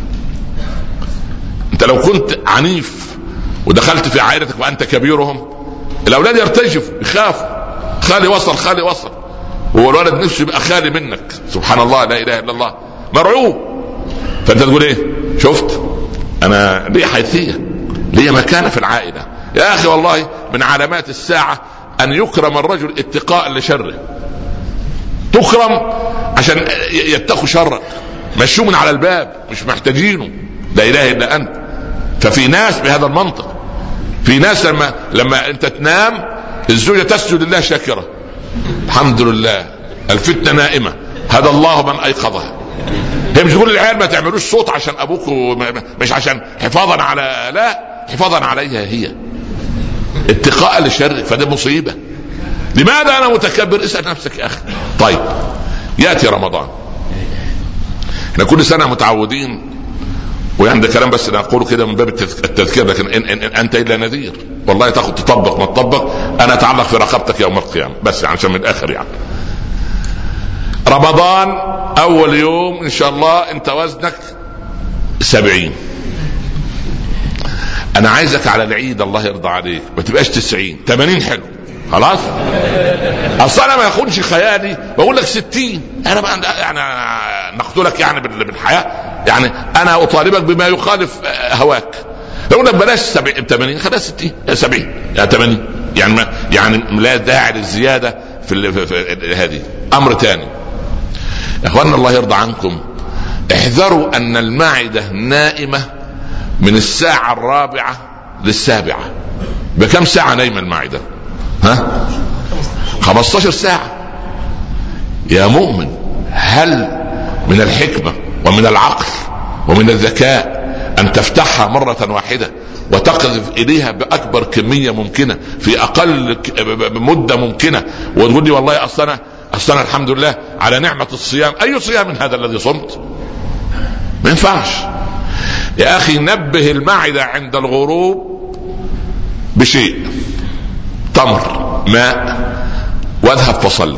أنت لو كنت عنيف ودخلت في عائلتك وأنت كبيرهم، الأولاد يرتجف يخاف، خالي وصل، هو الولد نفسه يبقى خالي منك. سبحان الله، لا إله إلا الله، مرعوب. فأنت تقول إيه؟ شفت، أنا لي حيثية، لي مكانة في العائلة. يا أخي، والله من علامات الساعة أن يكرم الرجل اتقاء لشره. تكرم عشان يتقوا شرك، مشوا من على الباب، مش محتاجينه. لا اله الا انت. ففي ناس بهذا المنطق، في ناس لما انت تنام الزوجة تسجد لله شاكرة، الحمد لله الفتنة نائمة، هذا الله من ايقظها. هي مش تقول للعيال ما تعملوش صوت عشان ابوك، مش عشان حفاظا على، لا، حفاظا عليها هي، اتقاء للشر. فده مصيبة. لماذا انا متكبر؟ اسأل نفسك يا اخي. طيب، يأتي رمضان، احنا كل سنة متعودين، وعند كلام بس انا اقوله كده من باب التذكير، لكن إن انت الا نذير. والله تاخد تطبق ما تطبق، انا اتعلق في رقبتك يوم القيامة، بس عشان من الاخر يعني. رمضان اول يوم ان شاء الله انت وزنك 70. انا عايزك على العيد الله يرضى عليك ما تبقاش 90، 80 حلو خلاص. اصلا انا ما يخونش خيالي بقول لك 60. انا بقى يعني نقتلك يعني بالحياه، يعني انا اطالبك بما يخالف هواك. لو لك بلاش 80 خلاص 60 70 80 يعني لا داعي للزياده في هذه. امر ثاني يا اخوانا الله يرضى عنكم، احذروا ان المعده نائمه من 4:00 لل7:00. بكم ساعه نايمه المعده؟ 15 ساعة يا مؤمن. هل من الحكمة ومن العقل ومن الذكاء أن تفتحها مرة واحدة وتقذف إليها بأكبر كمية ممكنة في أقل مدة ممكنة، وتقول لي والله أصلا الحمد لله على نعمة الصيام؟ أي صيام من هذا الذي صمت؟ ما ينفعش. يا اخي نبه المعدة عند الغروب بشيء، تمر، ماء، واذهب فصلي.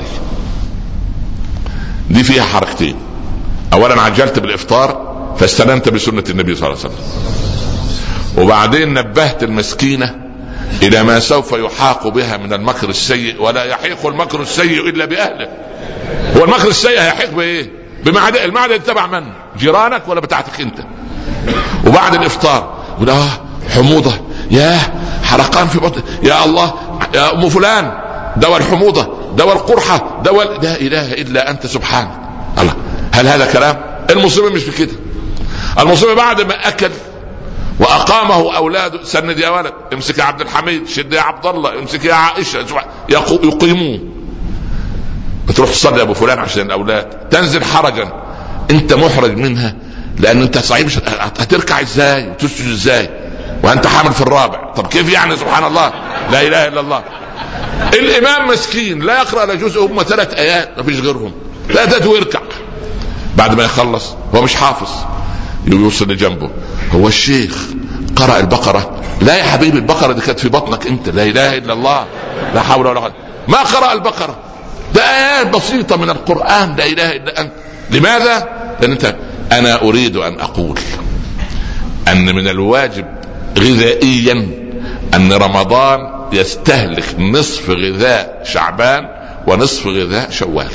دي فيها حركتين: اولا عجلت بالافطار فاستلمت بسنة النبي صلى الله عليه وسلم، وبعدين نبهت المسكينة الى ما سوف يحاق بها من المكر السيء، ولا يحيق المكر السيء الا باهله. هو المكر السيء هيحيق بايه؟ بمعدة. المعدة تبع من؟ جيرانك ولا بتاعتك انت؟ وبعد الافطار يقول حموضة، يا حرقان في بطن، يا الله يا ام فلان، دواء الحموضة، دواء القرحة، دواء، لا اله الا انت سبحانك. الله، هل هذا كلام؟ المصيبة مش في كده. المصيبة بعد ما اكل واقامه اولاده، سند يا ولد، امسك يا عبد الحميد، شد يا عبد الله، امسك يا عائشة، يقيموه. بتروح تصلي يا ابو فلان عشان الاولاد، تنزل حرجا، انت محرج منها لان انت صعيب، هتركع ازاي وتسجد ازاي وانت حامل في الرابع؟ طب كيف يعني؟ سبحان الله، لا اله الا الله. الامام مسكين لا يقرأ الا جزء، هم 3 آيات ما فيش غيرهم، لا تدو ويركع. بعد ما يخلص هو مش حافظ، يوصل لجنبه: هو الشيخ قرأ البقرة؟ لا يا حبيبي، البقرة دي كانت في بطنك انت، لا اله الا الله، لا حول ولا قوة. ما قرأ البقرة، ده آيات بسيطة من القرآن، لا اله الا انت. لماذا؟ لان انت، انا اريد ان اقول ان من الواجب غذائيا ان رمضان يستهلك نصف غذاء شعبان ونصف غذاء شوال.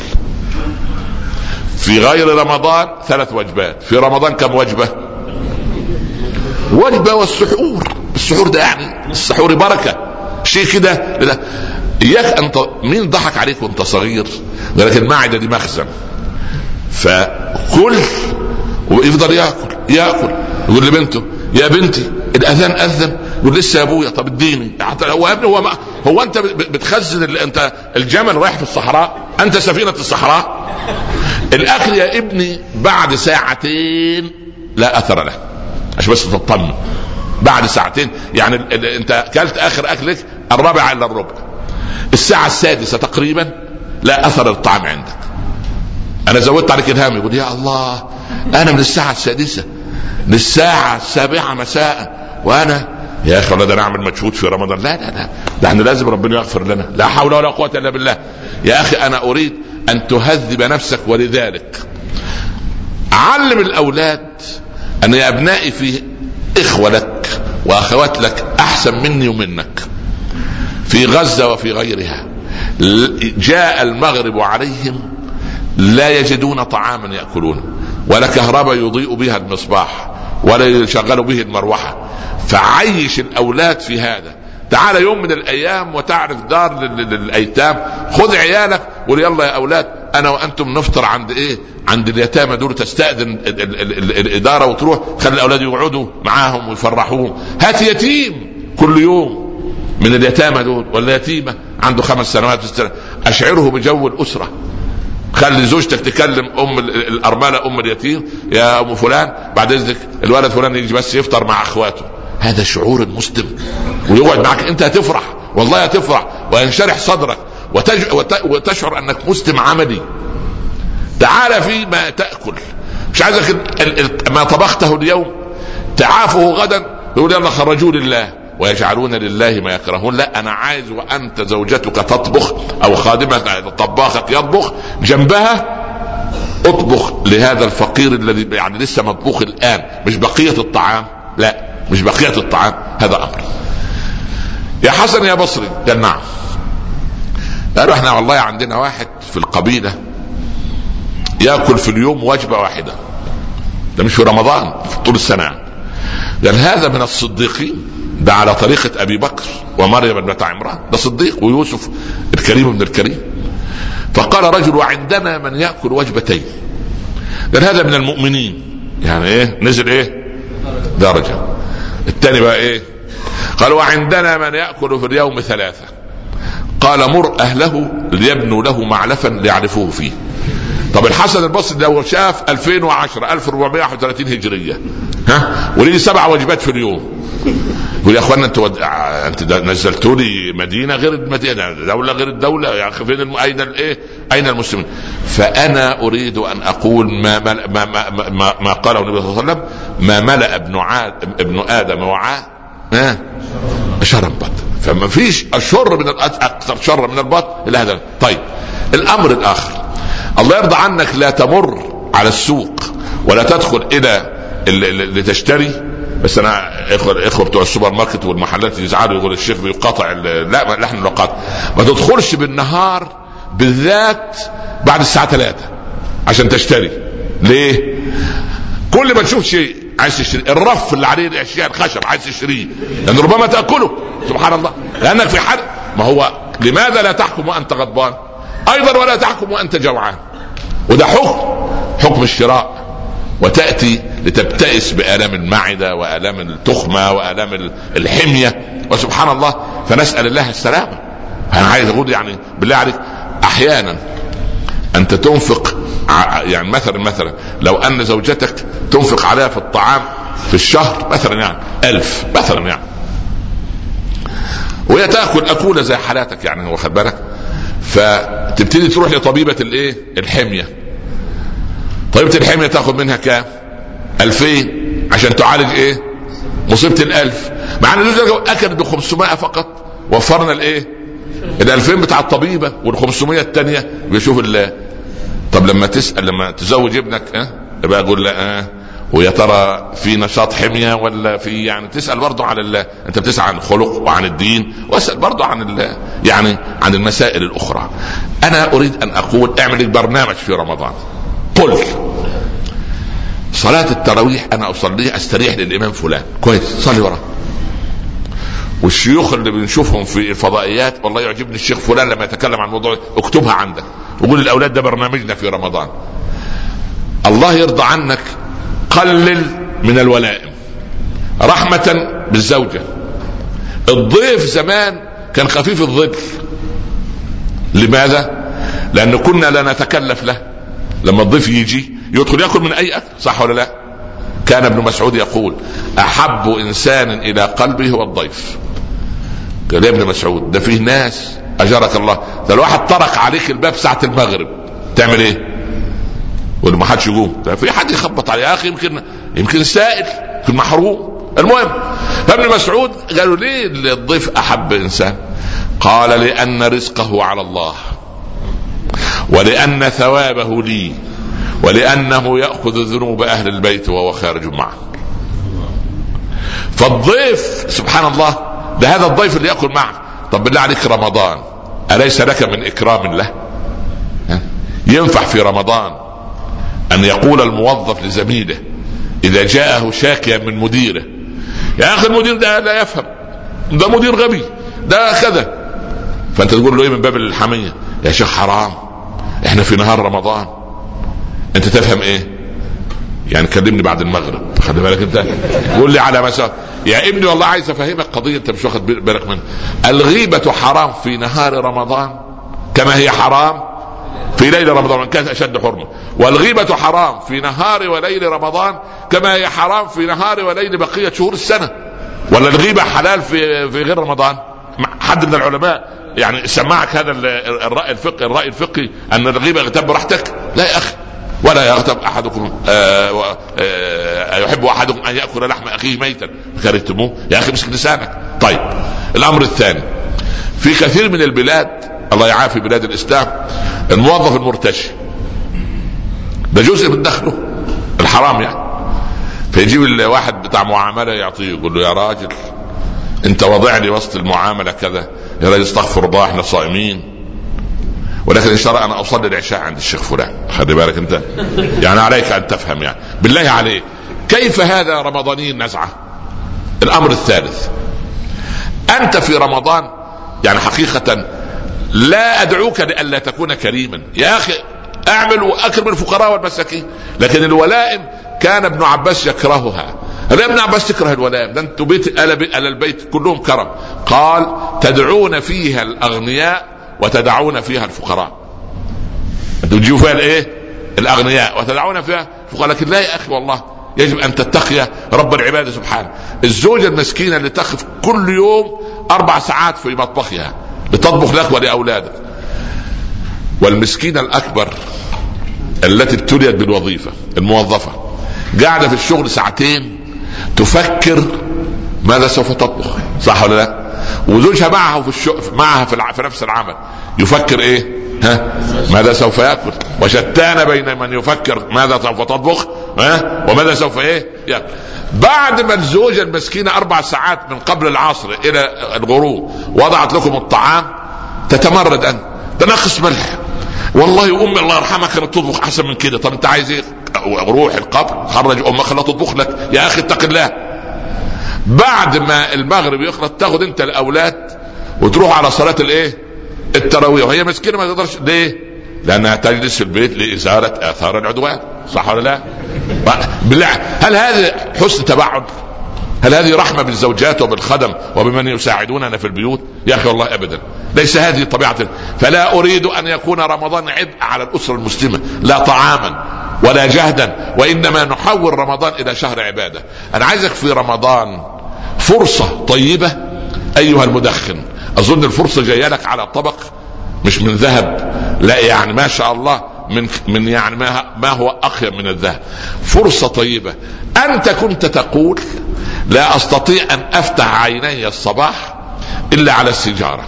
في غير رمضان 3 وجبات، في رمضان كم وجبة؟ وجبة. والسحور، السحور ده يعني السحور بركة، شيء كده. اياك انت، مين ضحك عليك وانت صغير؟ لكن المعدة دي مخزن، فكل ويفضل ياكل. يقول لبنته: يا بنتي الاذان اذن. يقول: لسه يا ابويا. طب اديني. هو يا ابني، هو انت بتخزن انت الجمل رايح في الصحراء؟ انت سفينة الصحراء؟ الاكل يا ابني بعد 2 ساعة لا اثر له، عشان بس تطمن. بعد 2 ساعة يعني انت اكلت اخر اكلك 4 الا الربع، 6:00 تقريبا لا اثر الطعام عندك. انا زودت عليك الهام. يقول: يا الله، انا من 6:00 لل7:00 مساء، وانا يا اخي ولا ده نعمل مجهود في رمضان؟ لا، ده احنا لازم ربنا يغفر لنا، لا حول ولا قوة الا بالله. يا اخي انا اريد ان تهذب نفسك، ولذلك علم الاولاد ان يا ابنائي في اخوة لك واخوات لك احسن مني ومنك في غزة وفي غيرها. جاء المغرب عليهم لا يجدون طعاما يأكلونه، ولا كهرباء يضيء بها المصباح، ولا يشغلوا به المروحة. فعيش الأولاد في هذا. تعال يوم من الأيام وتعرف دار للأيتام، خذ عيالك وقول: يلا يا أولاد، أنا وأنتم نفطر عند إيه؟ عند اليتامى دول. تستأذن الإدارة وتروح، خلي الأولاد يقعدوا معاهم ويفرحوهم. هات يتيم كل يوم من اليتامى دول، ولا يتيمة عنده 5 سنوات 6 سنوات، أشعره بجو الأسرة. خلي زوجتك تكلم الأرملة أم اليتيم: يا أم فلان بعد إذنك الولد فلان يجي بس يفطر مع أخواته. هذا شعور المسلم، ويقعد معك. أنت هتفرح، والله هتفرح، وينشرح صدرك، وتشعر أنك مسلم عملي. تعال في ما تأكل، مش عايزك ما طبخته اليوم تعافه غدا يقول: يلا خرجوا لله ويجعلون لله ما يكرهون. لا، انا عايز وانت زوجتك تطبخ او خادمة طباخك يطبخ جنبها، اطبخ لهذا الفقير الذي يعني لسه مطبوخ الان، مش بقية الطعام، لا مش بقية الطعام. هذا امر. يا حسن يا بصري. قال: نعم. قالوا: احنا والله عندنا واحد في القبيلة يأكل في اليوم وجبة واحدة، ده مش في رمضان، في طول السنة. قال: هذا من الصديقين، ده على طريقة أبي بكر ومريم ابنة عمران، ده صديق، ويوسف الكريم ابن الكريم. فقال رجل: وعندنا من يأكل وجبتين. قال: هذا من المؤمنين. يعني ايه؟ نزل ايه درجة. الثاني بقى ايه؟ قال: وعندنا من يأكل في اليوم 3. قال: مر أهله ليبنوا له معلفا ليعرفوه فيه. طب الحسن البصري لو شاف 2010 1431 هجريه وليه 7 وجبات في اليوم، يقول يا اخوانا انت نزلتوا لي مدينه غير المدينه، دوله غير الدوله، يعني فين اين المسلمين؟ فانا اريد ان اقول ما قاله النبي صلى الله عليه وسلم: ما ملأ ابن ادم وعاء شرا بطن. فما فيش الشر من اكثر شر من البطن الا هذا. طيب الامر الاخر، الله يرضى عنك لا تمر على السوق ولا تدخل الى لتشتري. بس انا اخوه بتوع السوبر ماركت والمحلات يزعلوا يقول الشيخ بيقاطع، لا نحن نقاطع. ما تدخلش بالنهار بالذات بعد الساعه 3 عشان تشتري. ليه؟ كل ما تشوف شيء عايز تشتري، الرف اللي عليه الاشياء الخشب عايز تشتريه، لان ربما تاكله سبحان الله، لانك في حرب. ما هو لماذا لا تحكم وانت غضبان ايضا ولا تحكم وانت جوعان؟ وده حكم الشراء. وتأتي لتبتئس بآلام المعدة وآلام التخمة وآلام الحمية، وسبحان الله. فنسأل الله السلامة. أنا عايز أقول يعني بالله عليك، أحيانا أنت تنفق يعني مثلا لو أن زوجتك تنفق عليها في الطعام في الشهر مثلا يعني 1000 مثلا يعني، وهي تأكل أكولة زي حالاتك يعني، واخد بالك؟ فتبتدي تروح لطبيبة الحمية. طبيبة الحمية تاخد منها كام؟ 2000 عشان تعالج مصيبة 1000. مع ان اكلت ب 500 فقط، وفرنا 2000 بتاع الطبيبة وال500 التانية. بيشوف طب لما تسأل لما تزوج ابنك يبقى اقول لا ويا ترى في نشاط حمية ولا في، يعني تسأل برضو عن انت بتسأل عن الخلق وعن الدين، واسأل برضو عن يعني عن المسائل الاخرى. انا اريد ان اقول اعمل برنامج في رمضان. قل صلاة التراويح انا اصليها استريح للامام فلان كويس، صلي وراه. والشيوخ اللي بنشوفهم في الفضائيات والله يعجبني الشيخ فلان لما يتكلم عن موضوع، اكتبها عندك وقول للاولاد ده برنامجنا في رمضان. الله يرضى عنك، قلل من الولائم رحمة بالزوجة. الضيف زمان كان خفيف الظل. لماذا؟ لأن كنا لا نتكلف له. لما الضيف يجي يدخل يأكل من أي أكل، صح ولا لا؟ كان ابن مسعود يقول: أحب إنسان إلى قلبه هو الضيف. قال يا ابن مسعود ده فيه ناس أجرك الله، ده الواحد طرق عليك الباب ساعة المغرب تعمل إيه؟ ولا ما حدش يقوم، في حد يخبط عليه يا اخي، يمكن سائل، يمكن محروم. المهم فابن مسعود قالوا ليه الضيف احب انسان؟ قال: لان رزقه على الله، ولان ثوابه لي، ولانه ياخذ ذنوب اهل البيت وهو خارج معه. فالضيف سبحان الله ده هذا الضيف اللي ياكل معه. طب بالله عليك رمضان اليس لك من اكرام له؟ ينفع في رمضان أن يقول الموظف لزميله إذا جاءه شاكيا من مديره: يا أخي المدير ده لا يفهم، ده مدير غبي، ده كذا. فأنت تقول له من باب الحمية: يا شيخ حرام، إحنا في نهار رمضان، أنت تفهم يعني كلمني بعد المغرب، خلي بالك أنت قول لي على مساء يا ابني والله عايز أفهمك قضية أنت مش واخد بالك منها. الغيبة حرام في نهار رمضان كما هي حرام في ليل رمضان، كانت أشد حرمة. والغيبة حرام في نهار وليل رمضان كما هي حرام في نهار وليل بقية شهور السنة. ولا الغيبة حلال في غير رمضان؟ حد من العلماء يعني سمعك هذا الرأي الفقهي أن الغيبة اغتاب براحتك؟ لا يا أخي، ولا يغتب أحدكم يحب أحدكم أن يأكل لحم أخيه ميتا كرهتموه. يا أخي مسك لسانك. طيب الأمر الثاني، في كثير من البلاد الله يعافي بلاد الإسلام الموظف المرتشي ده جزء من دخله الحرام يعني. فيجيب الواحد بتاع معاملة يعطيه، يقول له: يا راجل انت وضع لي وسط المعاملة كذا. يا راجل استغفر الله احنا صائمين، ولكن ان شاء الله انا اصلي العشاء عند الشيخ فلان، خلي بالك انت يعني عليك ان تفهم يعني بالله عليك كيف هذا رمضاني النزعة. الامر الثالث، انت في رمضان يعني حقيقة لا ادعوك لألا تكون كريما يا اخي، اعمل واكرم الفقراء والمساكين، لكن الولائم كان ابن عباس يكرهها. ابن عباس تكره الولائم؟ ده انتوا بيت آل البيت كلهم كرم. قال: تدعون فيها الاغنياء وتدعون فيها الفقراء. انتوا تجيبوا فيها الاغنياء وتدعون فيها الفقراء. لكن لا يا اخي والله يجب ان تتقي رب العباد سبحانه. الزوجة المسكينة اللي تقف كل يوم 4 ساعات في مطبخها لتطبخ لك ولأولادك، والمسكينة الأكبر التي ابتليت بالوظيفة، الموظفة قاعدة في الشغل 2 ساعات تفكر ماذا سوف تطبخ، صح ولا لا؟ وزوجها معها في الشغل، معها في نفس العمل، يفكر ايه؟ ماذا سوف يأكل. وشتان بين من يفكر ماذا سوف تطبخ وماذا سوف ايه يأكل. بعد ما الزوجة المسكينة 4 ساعات من قبل العصر الى الغروب وضعت لكم الطعام، تتمرد أنت، تنقص ملح، والله امي الله يرحمها كانت تطبخ احسن من كده. طب انت عايز ايه؟ روح القبر، خرج امك خليها تطبخ لك، يا اخي اتق الله. بعد ما المغرب يخلص تاخد انت الاولاد وتروح على صلاة الايه؟ التراويح، وهي مسكينة ما تقدرش. ليه؟ لانها تجلس في البيت لازالة اثار العدوان، صح ولا لا؟ بالله، هل هذا حسن تبعد؟ هل هذه رحمة بالزوجات وبالخدم وبمن يساعدوننا في البيوت؟ يا أخي والله أبدا، ليس هذه طبيعة. فلا أريد أن يكون رمضان عبء على الأسرة المسلمة، لا طعاما ولا جهدا، وإنما نحول رمضان إلى شهر عبادة. أنا عايزك في رمضان فرصة طيبة أيها المدخن، أظن الفرصة جاية لك على طبق مش من ذهب، لا يعني ما شاء الله من يعني ما هو أخير من الذهب. فرصة طيبة. أنت كنت تقول لا أستطيع أن أفتح عيني الصباح إلا على السيجارة.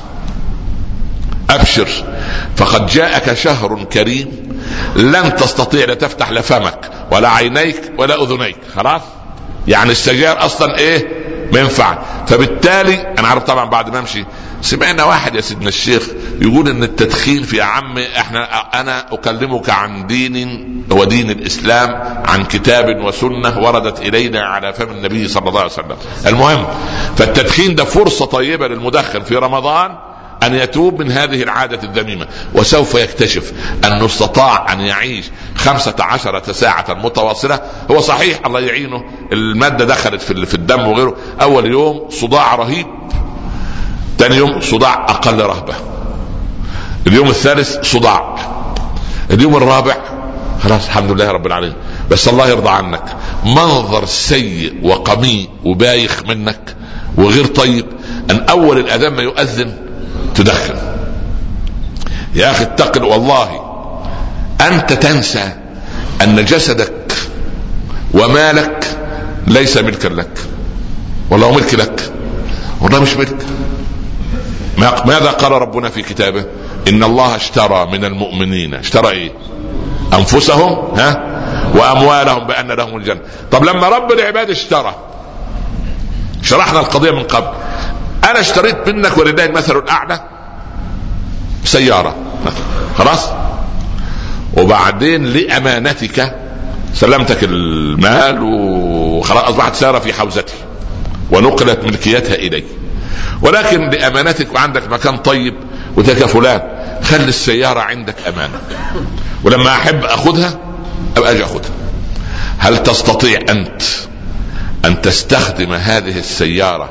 أبشر، فقد جاءك شهر كريم لن تستطيع لتفتح لفمك ولا عينيك ولا أذنيك، خلاص. يعني السجاير أصلا إيه؟ منفع. فبالتالي أنا عارف طبعا بعد ما أمشي سمعنا واحد يا سيدنا الشيخ يقول ان التدخين في عمي انا اكلمك عن دين هو دين الاسلام، عن كتاب وسنة وردت الينا على فم النبي صلى الله عليه وسلم. المهم، فالتدخين ده فرصة طيبة للمدخن في رمضان ان يتوب من هذه العادة الذميمة، وسوف يكتشف انه استطاع ان يعيش 15 ساعة متواصلة. هو صحيح الله يعينه المادة دخلت في الدم وغيره، اول يوم صداع رهيب، ثاني يوم صداع اقل رهبة، اليوم الثالث صداع، اليوم الرابع خلاص الحمد لله رب العالمين. بس الله يرضى عنك، منظر سيء وقميء وبايخ منك وغير طيب ان اول الاذان ما يؤذن تدخن. يا اخي اتقل، والله انت تنسى ان جسدك ومالك ليس ملكا لك، والله هو ملك لك، والله مش ملك. ماذا قال ربنا في كتابه؟ ان الله اشترى من المؤمنين، اشترى ايه؟ انفسهم واموالهم بان لهم الجنة. طب لما رب العباد اشترى، شرحنا القضية من قبل، انا اشتريت منك ولله المثل الاعلى سيارة خلاص، وبعدين لامانتك سلمتك المال وخلاص اصبحت سيارة في حوزتي ونقلت ملكيتها الي، ولكن لامانتك وعندك مكان طيب وتلك فلان خلي السيارة عندك امانة، ولما احب اخذها ابقى اجي اخذها. هل تستطيع انت ان تستخدم هذه السيارة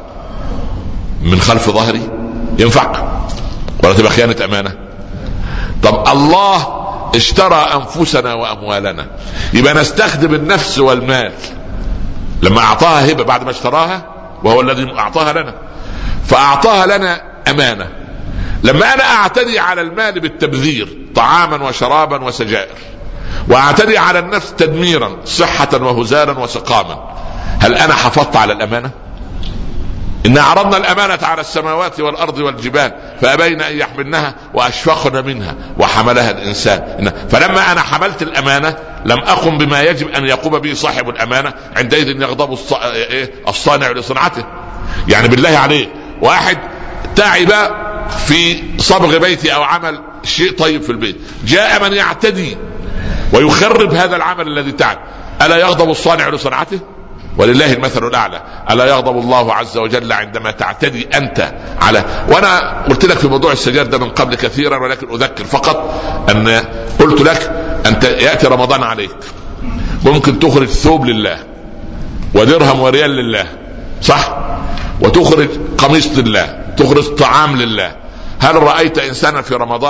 من خلف ظهري؟ ينفع ولا تبقى خيانة امانة؟ طب الله اشترى انفسنا واموالنا، يبقى نستخدم النفس والمال. لما اعطاها هبة بعد ما اشتراها وهو الذي اعطاها لنا، فاعطاها لنا امانة. لما انا اعتدي على المال بالتبذير طعاما وشرابا وسجائر، واعتدي على النفس تدميرا صحة وهزالا وسقاما، هل انا حافظت على الامانة؟ إن عرضنا الأمانة على السماوات والأرض والجبال فأبين أن يحملنها وأشفقن منها وحملها الإنسان. فلما أنا حملت الأمانة لم أقم بما يجب أن يقوم به صاحب الأمانة، عندئذ يغضب الصانع لصنعته. يعني بالله عليه، واحد تعب في صبغ بيتي أو عمل شيء طيب في البيت، جاء من يعتدي ويخرب هذا العمل الذي تعب، ألا يغضب الصانع لصنعته؟ ولله المثل الأعلى. ألا يغضب الله عز وجل عندما تعتدي أنت على؟ وأنا قلت لك في موضوع السجاير ده من قبل كثيرا، ولكن أذكر فقط أن قلت لك أنت يأتي رمضان عليك، ممكن تخرج ثوب لله ودرهم وريال لله، صح؟ وتخرج قميص لله، تخرج طعام لله. هل رأيت إنسانا في رمضان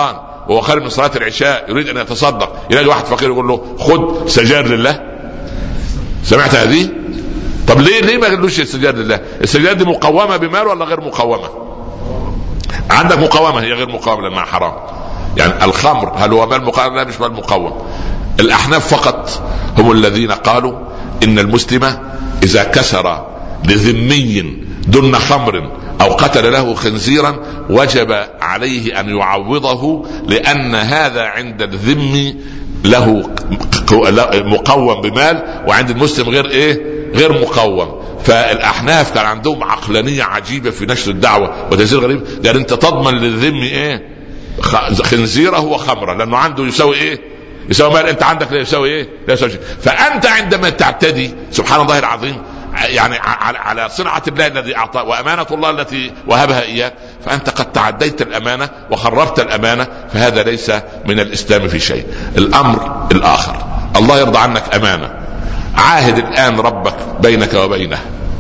وهو خارج من صلاة العشاء يريد ان يتصدق، يلاقي واحد فقير يقول له خد سجاير لله. سمعت هذه؟ طب ليه ما قالوش السجاير لله؟ السجاير دي مقومة بمال ولا غير مقومة؟ عندك مقومة، هي غير مقومة لانها حرام. يعني الخمر هل هو مال مقوم؟ لا، مش مال مقوم. الاحناف فقط هم الذين قالوا ان المسلم اذا كسر لذمي دون خمر او قتل له خنزيرا وجب عليه ان يعوضه، لان هذا عند الذمي له مقوم بمال، وعند المسلم غير مقوم. فالاحناف كان عندهم عقلانية عجيبة في نشر الدعوة وتنزيل غريب. يعني انت تضمن للذمي خنزيره وخمره، لانه عنده يساوي يساوي مال، انت عندك لا يساوي لا يساوي شيء. فانت عندما تعتدي سبحان الله العظيم يعني على صنعة الله الذي اعطى وامانة الله التي وهبها اياه، فانت قد تعديت الامانة وخربت الامانة، فهذا ليس من الاسلام في شيء. الامر الاخر، الله يرضى عنك امانة، عاهد الان ربك بينك وبينه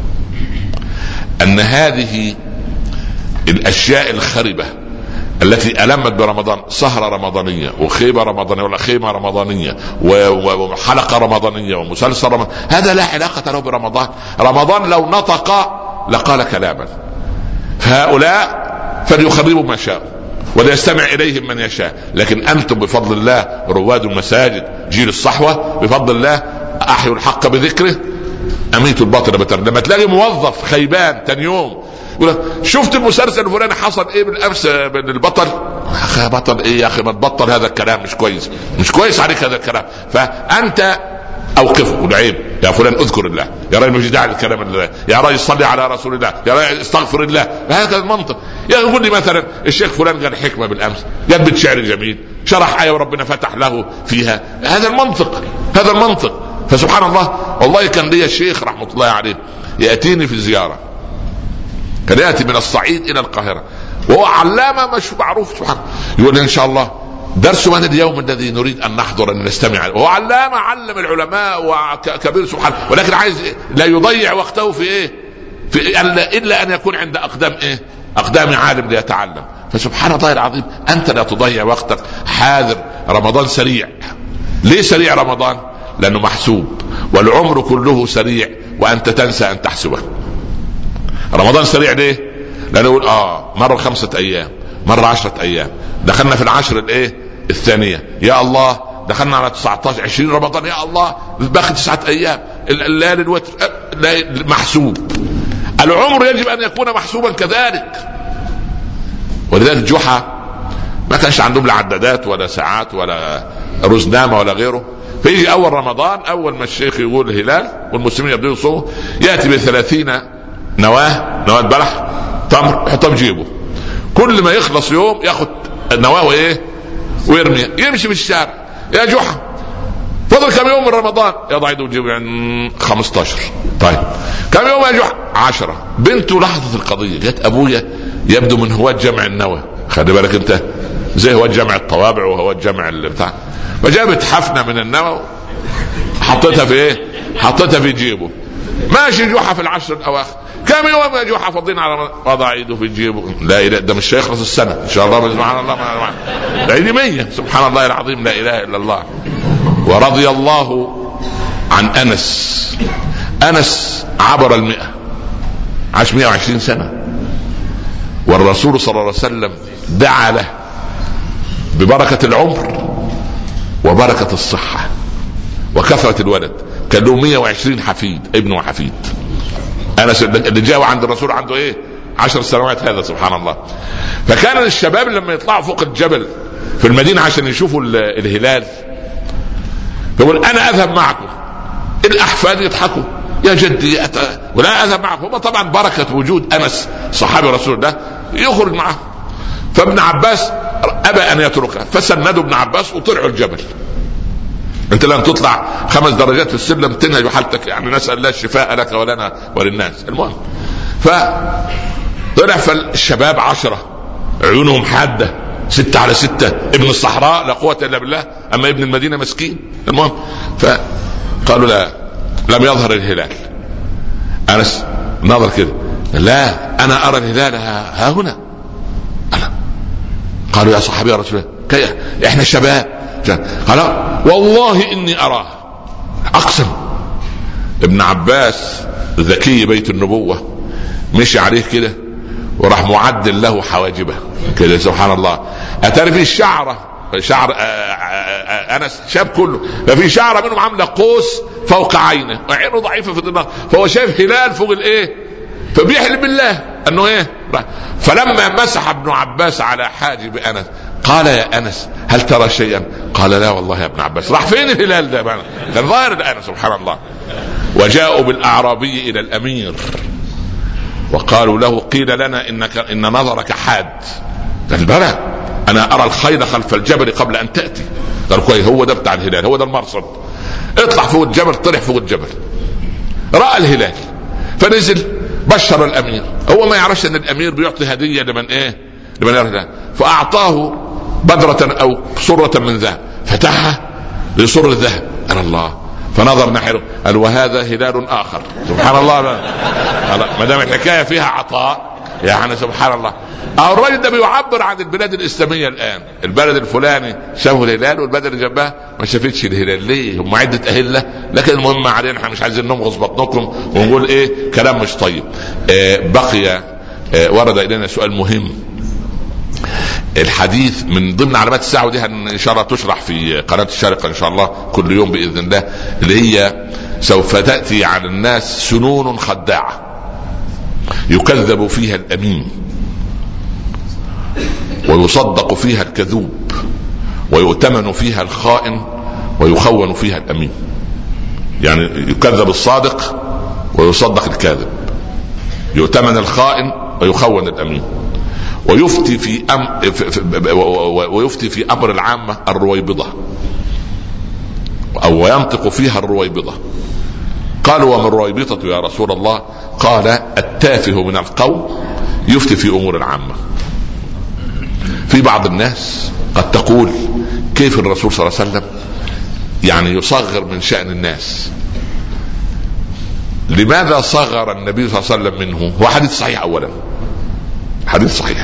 ان هذه الاشياء الخربة التي ألمت برمضان، سهرة رمضانية وخيمة رمضانية ولا خيمة رمضانية وحلقة رمضانية ومسلسل رمضانية، هذا لا علاقة له برمضان. رمضان لو نطق لقال كلاما، فهؤلاء فليخربوا ما شاءوا وليستمع إليهم من يشاء. لكن أنتم بفضل الله رواد المساجد، جيل الصحوة، بفضل الله أحيوا الحق بذكره أميتوا الباطل بتر. لما تلاقي موظف خيبان تاني يوم شفت المسلسل الفلاني حصل بالامس من البطل، يا بطل يا اخي ما تبطل هذا الكلام، مش كويس عليك هذا الكلام. فانت اوقفه والعيب، يا فلان اذكر الله، يا راجل مش داعي للكلام الله، يا راجل صلي على رسول الله، يا راجل استغفر الله. هذا المنطق. يقول لي مثلا الشيخ فلان قال حكمه بالامس، قال بيت شعر جميل، شرح ايه وربنا فتح له فيها، هذا المنطق. فسبحان الله، والله كان لي الشيخ رحمه الله عليه ياتيني في الزياره، كان ياتي من الصعيد الى القاهره وهو علامه مش معروف، سبحان الله، يقول ان شاء الله درس من اليوم الذي نريد ان نحضر ان نستمع. وهو علامه علم العلماء وكبير سبحان الله، ولكن عايز لا يضيع وقته في الا ان يكون عند اقدام عالم ليتعلم. فسبحان الله العظيم، انت لا تضيع وقتك، حاذر. رمضان سريع. ليه سريع رمضان؟ لانه محسوب، والعمر كله سريع وانت تنسى ان تحسبه. رمضان سريع ليه؟ لانه يقول مرة 5 أيام، مرة 10 أيام، دخلنا في العشر الثانية، يا الله دخلنا على 19 20 رمضان، يا الله باقي 9 أيام، الليالي الوتر، محسوب. العمر يجب ان يكون محسوبا كذلك. ولذلك جحا ما كانش عندهم لا عدادات ولا ساعات ولا رزنامة ولا غيره. فيجي اول رمضان، اول ما الشيخ يقول الهلال والمسلمين يبدأوا يصوموا، ياتي ب30 نواة بلح تمر يحطها بجيبه، كل ما يخلص يوم ياخد نواه ويرميها، يمشي في الشارع، يا جحا فضل كم يوم من رمضان؟ يضع يده ويجيب يعني 15. طيب كم يوم يا جحا؟ 10. بنته لاحظت القضية، جت ابويا يبدو من هواة جمع النوى، خلي بالك انت زي هواة جمع الطوابع وهواة جمع بتاع، فجابت حفنة من النوى حطيتها في حطيتها في جيبه. ماشي جحا في العشر الاواخر، كم يوم يا جحا فضين على وضع يده في جيبه، لا اله، ده مش هيخلص السنه ان شاء الله، سبحان الله، ده يجي 100، سبحان الله العظيم، لا اله الا الله. ورضي الله عن انس عبر 100، عاش 120 سنه، والرسول صلى الله عليه وسلم دعا له ببركه العمر وبركه الصحه وكثره الولد. كان له 120 حفيد، ابن وحفيد. انس اللي جاء عند الرسول عنده 10 سنوات، هذا سبحان الله. فكان الشباب لما يطلعوا فوق الجبل في المدينة عشان يشوفوا الهلال، يقول انا اذهب معكم. الاحفاد يضحكوا، يا جدي ولا اذهب معكم. هم طبعا بركة وجود انس صحابي رسول الله يخرج معه. فابن عباس ابى ان يتركه، فسندوا ابن عباس وطلعوا الجبل. انت لن تطلع 5 درجات في السلم تنهج حالتك، يعني نسأل الله الشفاء لك ولنا وللناس. المهم فطلع فالشباب 10 عيونهم حادة، 6 على 6، ابن الصحراء لا قوة الا بالله، اما ابن المدينة مسكين. المهم فقالوا لا، لم يظهر الهلال. انس نظر كده، لا انا ارى الهلال ها هنا. قالوا يا صحابي يا رسول الله احنا شباب. قال والله اني اراه، اقسم. ابن عباس ذكي بيت النبوة مشي عليه كده وراح معدل له حواجبه كده، سبحان الله. اتاري في شعر انس شاب كله، ففي شعره منهم عامله قوس فوق عينه وعينه ضعيفه في الدماغ، فهو شايف هلال فوق الايه، فبيحلم بالله انه ايه. فلما مسح ابن عباس على حاجب انس قال يا انس هل ترى شيئا؟ قال لا والله يا ابن عباس. راح فين الهلال ده؟ كان ظاهر الان، سبحان الله. وجاءوا بالاعرابي الى الامير وقالوا له قيل لنا ان نظرك حاد. قال بلى انا ارى الخيل خلف الجبل قبل ان تاتي. قالوا كويس، هو ده بتاع الهلال، هو ده المرصد. اطلع فوق الجبل. طلع فوق الجبل راى الهلال فنزل بشر الامير. هو ما يعرفش ان الامير بيعطي هديه لمن ايه، لمن يرى. فاعطاه بدرة او صرة من ذهب، فتحها لصر الذهب. قال الله، فنظر نحره قال وهذا هلال اخر. سبحان الله. ما دام الحكايه فيها عطاء يعني سبحان الله. الراجل ده بيعبر عن البلاد الاسلاميه الان. البلد الفلاني شافوا الهلال والبلد اللي جنبها ما شافتش الهلال. ليه؟ هم عده اهله، لكن المهم علينا احنا مش عايزين نمغص بطنكم ونقول ايه كلام مش طيب. بقي ورد الينا سؤال مهم. الحديث من ضمن علامات الساعه، ودي ان شاء الله تشرح في قناه الشارقه ان شاء الله كل يوم باذن الله، اللي هي سوف تاتي على الناس سنون خداعه يكذب فيها الامين ويصدق فيها الكذوب ويؤتمن فيها الخائن ويخون فيها الامين. يعني يكذب الصادق ويصدق الكاذب، يؤتمن الخائن ويخون الامين، ويفتي في امر العامه الرويبضه او ينطق فيها الرويبضه. قالوا وما الرويبضه يا رسول الله؟ قال التافه من القوم يفتي في امور العامه. في بعض الناس قد تقول كيف الرسول صلى الله عليه وسلم يعني يصغر من شأن الناس؟ لماذا صغر النبي صلى الله عليه وسلم منه؟ هو حديث صحيح. اولا حديث صحيح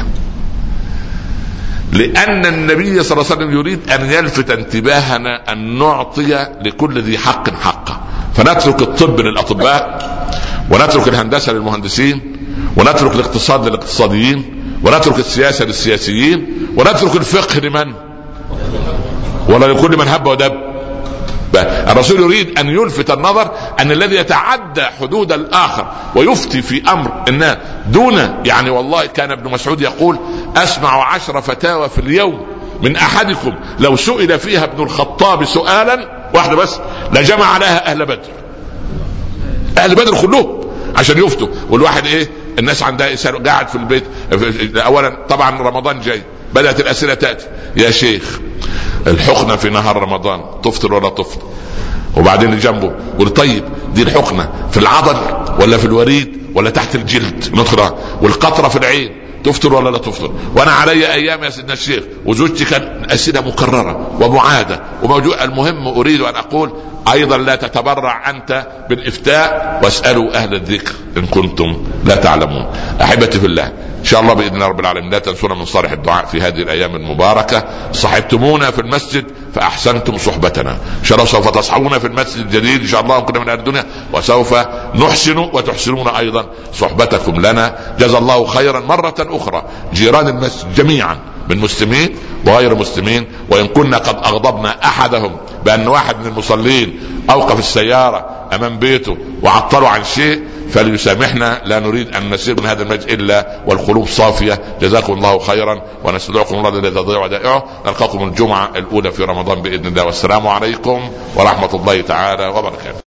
لأن النبي صلى الله عليه وسلم يريد أن يلفت انتباهنا أن نعطي لكل ذي حق حقه، فنترك الطب للأطباء، ونترك الهندسة للمهندسين، ونترك الاقتصاد للاقتصاديين، ونترك السياسة للسياسيين، ونترك الفقه لمن؟ ولا لكل من هب ودب. الرسول يريد أن يلفت النظر أن الذي يتعدى حدود الآخر ويفتي في أمر الناس دون يعني والله كان ابن مسعود يقول أسمع 10 فتاوى في اليوم من أحدكم لو سئل فيها ابن الخطاب سؤالا واحدة بس لجمع لها أهل بدر. أهل بدر كلهم عشان يفتوا. والواحد إيه الناس عندها قاعد في البيت. أولا طبعا رمضان جاي، بدأت الأسئلة تأتي يا شيخ الحقنة في نهار رمضان تفطر ولا تفطر؟ وبعدين اللي جنبه يقول طيب دي الحقنة في العضل ولا في الوريد ولا تحت الجلد ندخلها؟ والقطرة في العين تفطر ولا لا تفطر؟ وانا علي ايام يا سيدنا الشيخ وزوجتي كان اسئله مكرره ومعاده وموجود. المهم اريد ان اقول ايضا لا تتبرع انت بالافتاء واسالوا اهل الذكر ان كنتم لا تعلمون. احبتي في الله ان شاء الله باذن الله رب العالمين لا تنسونا من صالح الدعاء في هذه الايام المباركه. صحبتمونا في المسجد فاحسنتم صحبتنا، ان شاء الله سوف تصحبونا في المسجد الجديد ان شاء الله كنا من اهل الدنيا، وسوف نحسن وتحسنون ايضا صحبتكم لنا. جزا الله خيرا مره اخرى جيران المسجد جميعا من مسلمين وغير مسلمين، وان كنا قد اغضبنا احدهم بان واحد من المصلين اوقف السياره امام بيته وعطلوا عن شيء فليسامحنا، لا نريد ان نسير من هذا المجلس الا والقلوب صافيه. جزاكم الله خيرا ونستودعكم الله الذي لا تضيع ودائعه. نلقاكم الجمعه الاولى في رمضان باذن الله، والسلام عليكم ورحمه الله تعالى وبركاته.